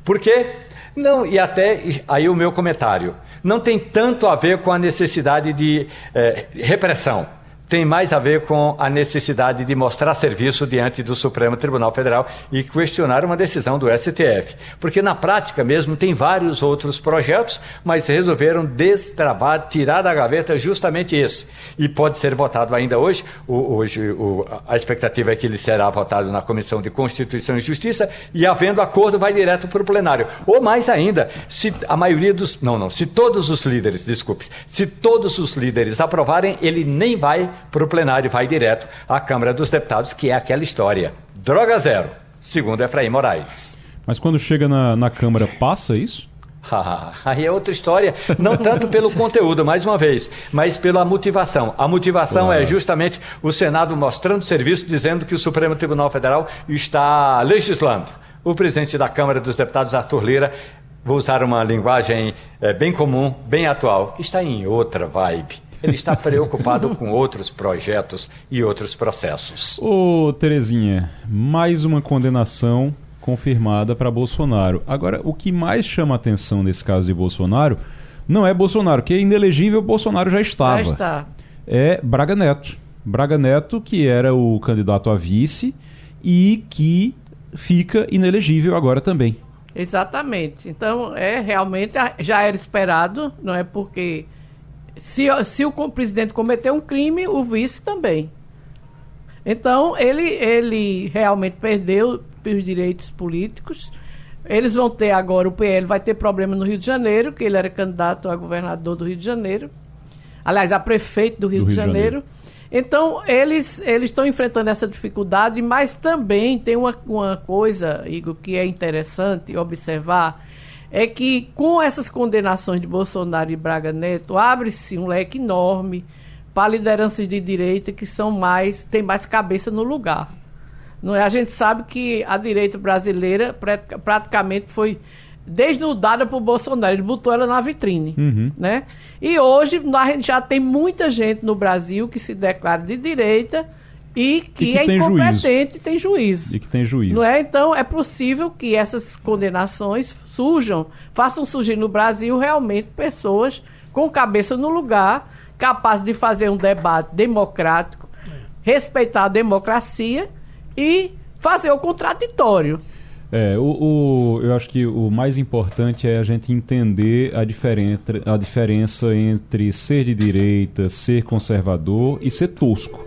Por quê? Não, e até aí o meu comentário, não tem tanto a ver com a necessidade de eh, repressão. Tem mais a ver com a necessidade de mostrar serviço diante do Supremo Tribunal Federal e questionar uma decisão do S T F. Porque na prática mesmo tem vários outros projetos, mas resolveram destravar, tirar da gaveta justamente esse. E pode ser votado ainda hoje. O, hoje o, a expectativa é que ele será votado na Comissão de Constituição e Justiça e, havendo acordo, vai direto para o plenário. Ou mais ainda, se a maioria dos... Não, não, se todos os líderes, desculpe, se todos os líderes aprovarem, ele nem vai para o plenário, vai direto à Câmara dos Deputados, que é aquela história. Droga zero, segundo Efraim Moraes. Mas quando chega na, na Câmara, passa isso? Aí é outra história, não tanto pelo conteúdo, mais uma vez, mas pela motivação. A motivação claro. É justamente o Senado mostrando serviço, dizendo que o Supremo Tribunal Federal está legislando. O presidente da Câmara dos Deputados, Arthur Lira, vou usar uma linguagem é, bem comum, bem atual, está em outra vibe. Ele está preocupado com outros projetos e outros processos. Ô, Terezinha, mais uma condenação confirmada para Bolsonaro. Agora, o que mais chama a atenção nesse caso de Bolsonaro não é Bolsonaro, que é inelegível, Bolsonaro já estava. Já está. É Braga Neto. Braga Neto, que era o candidato a vice e que fica inelegível agora também. Exatamente. Então, é realmente, já era esperado, não é porque... Se, se o presidente cometeu um crime, o vice também. Então, ele, ele realmente perdeu os direitos políticos. Eles vão ter agora, o P L vai ter problema no Rio de Janeiro, que ele era candidato a governador do Rio de Janeiro. Aliás, a prefeito do Rio, do de, Rio Janeiro. de Janeiro. Então, eles eles estão enfrentando essa dificuldade, mas também tem uma, uma coisa, Igor, que é interessante observar, é que com essas condenações de Bolsonaro e Braga Neto, abre-se um leque enorme para lideranças de direita que são mais, têm mais cabeça no lugar. Não é? A gente sabe que a direita brasileira praticamente foi desnudada por Bolsonaro, ele botou ela na vitrine. Uhum. Né? E hoje a gente já tem muita gente no Brasil que se declara de direita e que, e que é incompetente e tem juízo. E que tem juízo. Não é? Então, é possível que essas condenações surjam, façam surgir no Brasil realmente pessoas com cabeça no lugar, capazes de fazer um debate democrático, respeitar a democracia e fazer o contraditório. É, o, o, eu acho que o mais importante é a gente entender a, diferen- a diferença entre ser de direita, ser conservador e ser tosco.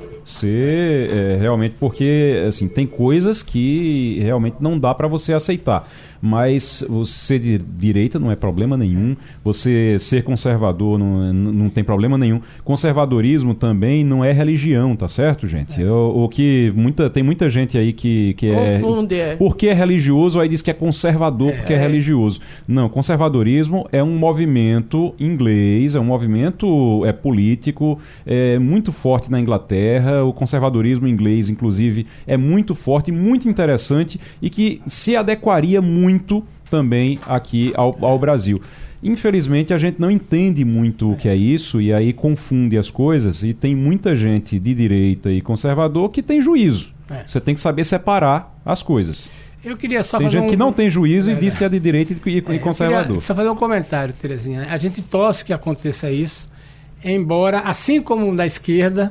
Ser é, realmente, porque assim, tem coisas que realmente não dá para você aceitar. Mas você ser de direita não é problema nenhum, você ser conservador não, não tem problema nenhum. Conservadorismo também não é religião, tá certo, gente? É. O, o que muita, tem muita gente aí que, que é... Confunde, é. Porque é religioso, aí diz que é conservador é. porque é religioso. Não, conservadorismo é um movimento inglês, é um movimento é, político, é muito forte na Inglaterra. O conservadorismo inglês, inclusive, é muito forte, muito interessante e que se adequaria muito muito também aqui ao, ao Brasil. Infelizmente, a gente não entende muito o que é isso e aí confunde as coisas e tem muita gente de direita e conservador que tem juízo. É. Você tem que saber separar as coisas. Eu queria só tem fazer gente um... que não tem juízo é, e diz que é de direita e, e é, conservador. Só fazer um comentário, Terezinha. A gente torce que aconteça isso, embora, assim como da esquerda,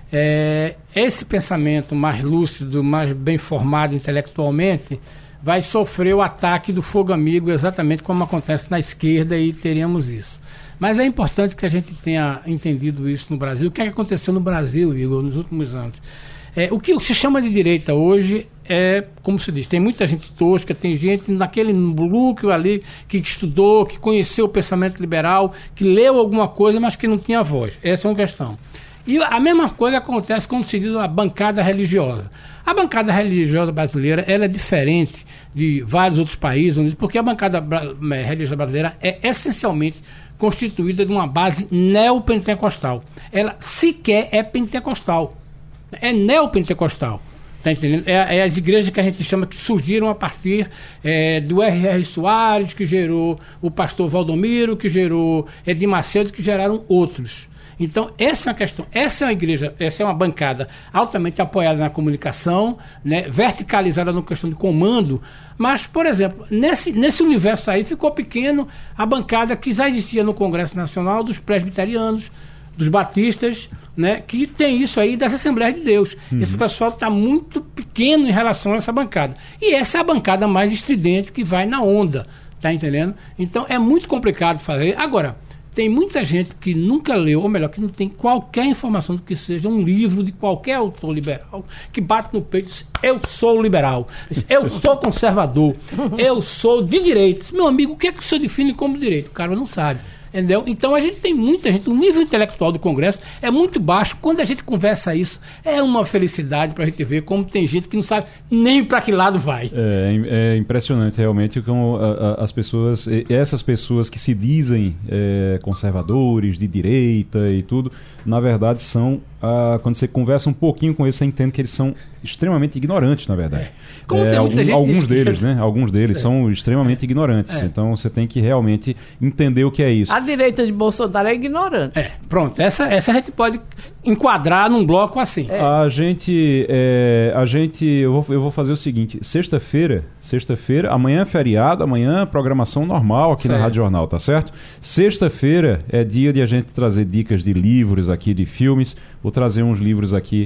é, esse pensamento mais lúcido, mais bem formado intelectualmente, vai sofrer o ataque do fogo amigo, exatamente como acontece na esquerda, e teremos isso. Mas é importante que a gente tenha entendido isso no Brasil. O que é que aconteceu no Brasil, Igor, nos últimos anos? É, o que se chama de direita hoje é, como se diz, tem muita gente tosca, tem gente naquele núcleo ali que estudou, que conheceu o pensamento liberal, que leu alguma coisa, mas que não tinha voz. Essa é uma questão. E a mesma coisa acontece quando se diz a bancada religiosa. A bancada religiosa brasileira ela é diferente de vários outros países, porque a bancada bra- religiosa brasileira é essencialmente constituída de uma base neopentecostal. Ela sequer é pentecostal. É neopentecostal. Tá entendendo? É, é as igrejas que a gente chama que surgiram a partir é, do R R Soares, que gerou o pastor Valdomiro, que gerou Edir Macedo, que geraram outros. Então, essa é uma questão, essa é uma igreja, essa é uma bancada altamente apoiada na comunicação, né, verticalizada na questão de comando, mas, por exemplo, nesse, nesse universo aí ficou pequeno a bancada que já existia no Congresso Nacional dos presbiterianos, dos batistas, né, que tem isso aí das Assembleias de Deus. Uhum. Esse pessoal está muito pequeno em relação a essa bancada. E essa é a bancada mais estridente que vai na onda, tá entendendo? Então é muito complicado fazer. Agora, tem muita gente que nunca leu, ou melhor, que não tem qualquer informação do que seja um livro de qualquer autor liberal, que bate no peito e diz, eu sou liberal, eu sou conservador, eu sou de direita. Meu amigo, o que é que o senhor define como direito? O cara não sabe. Entendeu? Então a gente tem muita gente, o nível intelectual do Congresso é muito baixo. Quando a gente conversa isso, é uma felicidade para a gente ver como tem gente que não sabe nem para que lado vai. É, é impressionante realmente como a, a, as pessoas, essas pessoas que se dizem é, conservadores, de direita e tudo, na verdade são, ah, quando você conversa um pouquinho com eles, você entende que eles são extremamente ignorantes, na verdade. É. Como é, tem muita algum, gente alguns deles, né? Alguns deles é. são extremamente é. ignorantes. É. Então você tem que realmente entender o que é isso. A direita de Bolsonaro é ignorante. É, pronto. Essa, essa a gente pode enquadrar num bloco assim. É. A gente, é, a gente, eu vou, eu vou fazer o seguinte: sexta-feira, sexta-feira, amanhã é feriado, amanhã é programação normal aqui certo. na Rádio Jornal, tá certo? Sexta-feira é dia de a gente trazer dicas de livros aqui, de filmes. Vou trazer uns livros aqui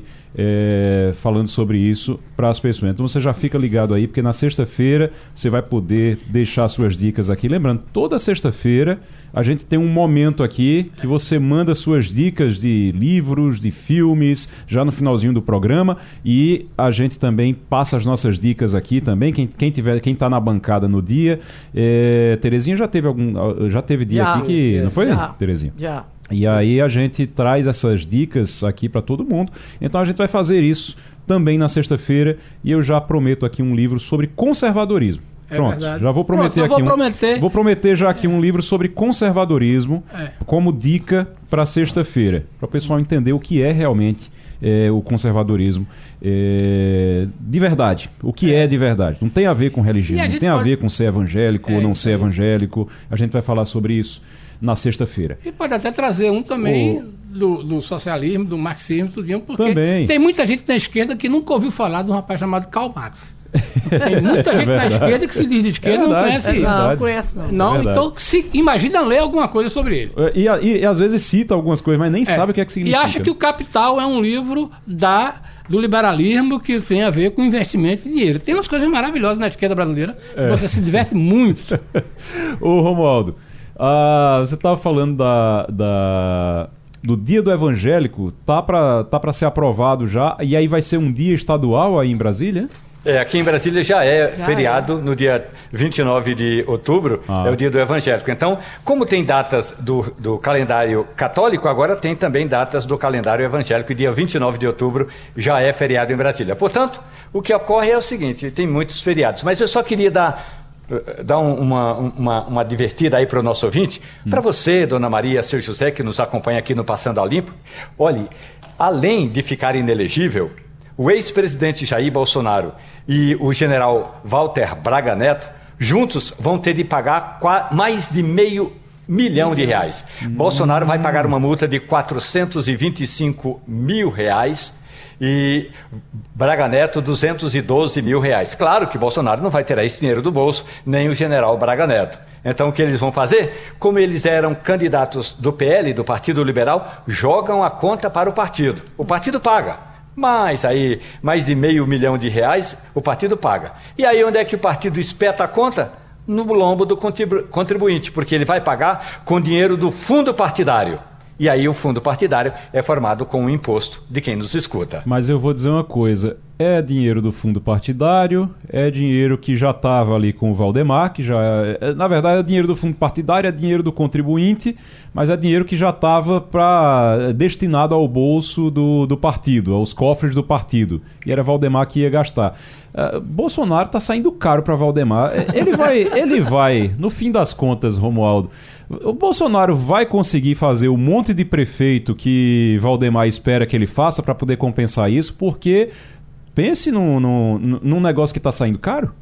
é, falando sobre isso para as pessoas. Então você já fica ligado aí, porque na sexta-feira você vai poder deixar suas dicas aqui. Lembrando, toda sexta-feira a gente tem um momento aqui que você manda suas dicas de livros, de filmes, já no finalzinho do programa, e a gente também passa as nossas dicas aqui também. Quem, quem tiver, quem está na bancada no dia, é, Terezinha já teve algum, já teve dia já, aqui que não foi, já, Terezinha? Já. E aí a gente traz essas dicas aqui para todo mundo. Então a gente vai fazer isso também na sexta-feira, e eu já prometo aqui um livro sobre conservadorismo. É Pronto, verdade. já vou prometer Pronto, aqui vou um, prometer. vou prometer já aqui é. um livro sobre conservadorismo é. como dica para sexta-feira, para o pessoal entender o que é realmente é, o conservadorismo é, de verdade, o que é. é de verdade. Não tem a ver com religião, não tem pode... a ver com ser evangélico é, ou não ser aí. evangélico. A gente vai falar sobre isso na sexta-feira. E pode até trazer um também o... do, do socialismo, do marxismo, tudinho, porque também. tem muita gente na esquerda que nunca ouviu falar de um rapaz chamado Karl Marx. Tem muita gente é na esquerda que se diz de esquerda e é não conhece é isso. Não, não conhece não. não é então se, imagina ler alguma coisa sobre ele. E, e, e às vezes cita algumas coisas, mas nem é. sabe o que é que significa. E acha que o Capital é um livro da... do liberalismo que tem a ver com investimento em dinheiro. Tem umas coisas maravilhosas na esquerda brasileira que é. você se diverte muito. Ô Romualdo, ah, você estava falando da, da, do Dia do Evangélico, tá para tá para ser aprovado já, e aí vai ser um dia estadual aí em Brasília? É, aqui em Brasília já é já feriado, é. no dia vinte e nove de outubro, ah. é o dia do evangélico. Então, como tem datas do, do calendário católico, agora tem também datas do calendário evangélico, e dia vinte e nove de outubro já é feriado em Brasília. Portanto, o que ocorre é o seguinte, tem muitos feriados, mas eu só queria dar... dar uma, uma, uma divertida aí para o nosso ouvinte, hum. para você, Dona Maria, seu José, que nos acompanha aqui no Passando a Limpo. Olhe, além de ficar inelegível, o ex-presidente Jair Bolsonaro e o general Walter Braga Neto, juntos vão ter de pagar mais de meio milhão de reais. Hum. Bolsonaro vai pagar uma multa de quatrocentos e vinte e cinco mil reais, e Braga Neto duzentos e doze mil reais. Claro que Bolsonaro não vai tirar esse dinheiro do bolso, nem o general Braga Neto. Então o que eles vão fazer? Como eles eram candidatos do P L, do Partido Liberal, jogam a conta para o partido. O partido paga. Mas aí, mais de meio milhão de reais, o partido paga. E aí onde é que o partido espeta a conta? No lombo do contribuinte, porque ele vai pagar com dinheiro do fundo partidário. E aí o fundo partidário é formado com o imposto de quem nos escuta. Mas eu vou dizer uma coisa, é dinheiro do fundo partidário, é dinheiro que já estava ali com o Valdemar, que já é, na verdade é dinheiro do fundo partidário, é dinheiro do contribuinte, mas é dinheiro que já estava para destinado ao bolso do, do partido, aos cofres do partido, e era Valdemar que ia gastar. Uh, Bolsonaro está saindo caro para Valdemar. Ele vai, ele vai, no fim das contas, Romualdo, o Bolsonaro vai conseguir fazer o monte de prefeito que Valdemar espera que ele faça para poder compensar isso, porque pense num, num, num negócio que está saindo caro.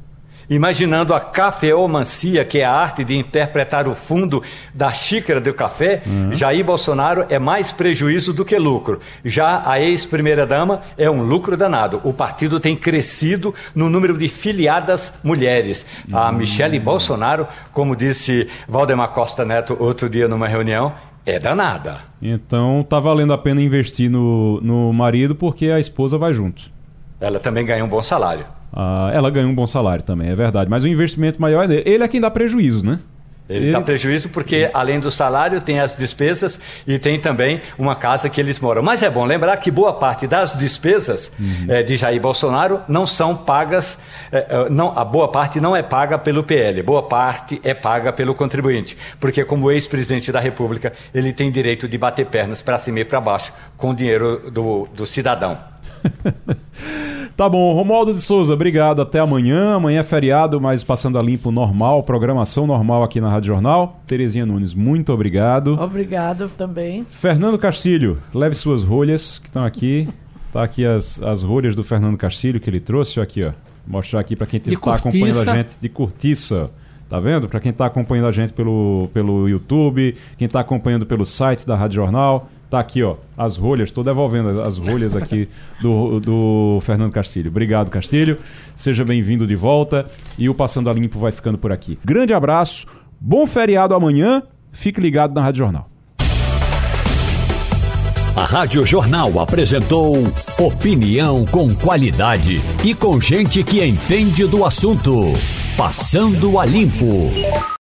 imaginando a cafeomancia, que é a arte de interpretar o fundo da xícara do café, uhum. Jair Bolsonaro é mais prejuízo do que lucro. Já a ex-primeira-dama é um lucro danado. O partido tem crescido no número de filiadas mulheres. Uhum. A Michele Bolsonaro, como disse Valdemar Costa Neto outro dia numa reunião, é danada. Então tá valendo a pena investir no, no marido porque a esposa vai junto. Ela também ganha um bom salário. Ah, ela ganha um bom salário também, é verdade. Mas o investimento maior é dele. Ele é quem dá prejuízo, né? Ele dá prejuízo porque, além do salário, tem as despesas e tem também uma casa que eles moram. Mas é bom lembrar que boa parte das despesas uhum. é, de Jair Bolsonaro não são pagas, é, não, a boa parte não é paga pelo P L, boa parte é paga pelo contribuinte. Porque, como ex-presidente da República, ele tem direito de bater pernas para cima e para baixo com o dinheiro do, do cidadão. Tá bom, Romualdo de Souza, obrigado, até amanhã. Amanhã é feriado, mas passando a limpo normal, programação normal aqui na Rádio Jornal. Terezinha Nunes, muito obrigado. Obrigado também. Fernando Castilho, leve suas rolhas que estão aqui. Tá aqui as, as rolhas do Fernando Castilho que ele trouxe, ó, aqui, ó. Mostrar aqui para quem está acompanhando a gente de cortiça. Tá vendo? Para quem está acompanhando a gente pelo, pelo YouTube, quem está acompanhando pelo site da Rádio Jornal. Tá aqui, ó, as rolhas, estou devolvendo as rolhas aqui do, do Fernando Castilho. Obrigado, Castilho. Seja bem-vindo de volta e o Passando a Limpo vai ficando por aqui. Grande abraço, bom feriado amanhã, fique ligado na Rádio Jornal. A Rádio Jornal apresentou opinião com qualidade e com gente que entende do assunto. Passando a Limpo.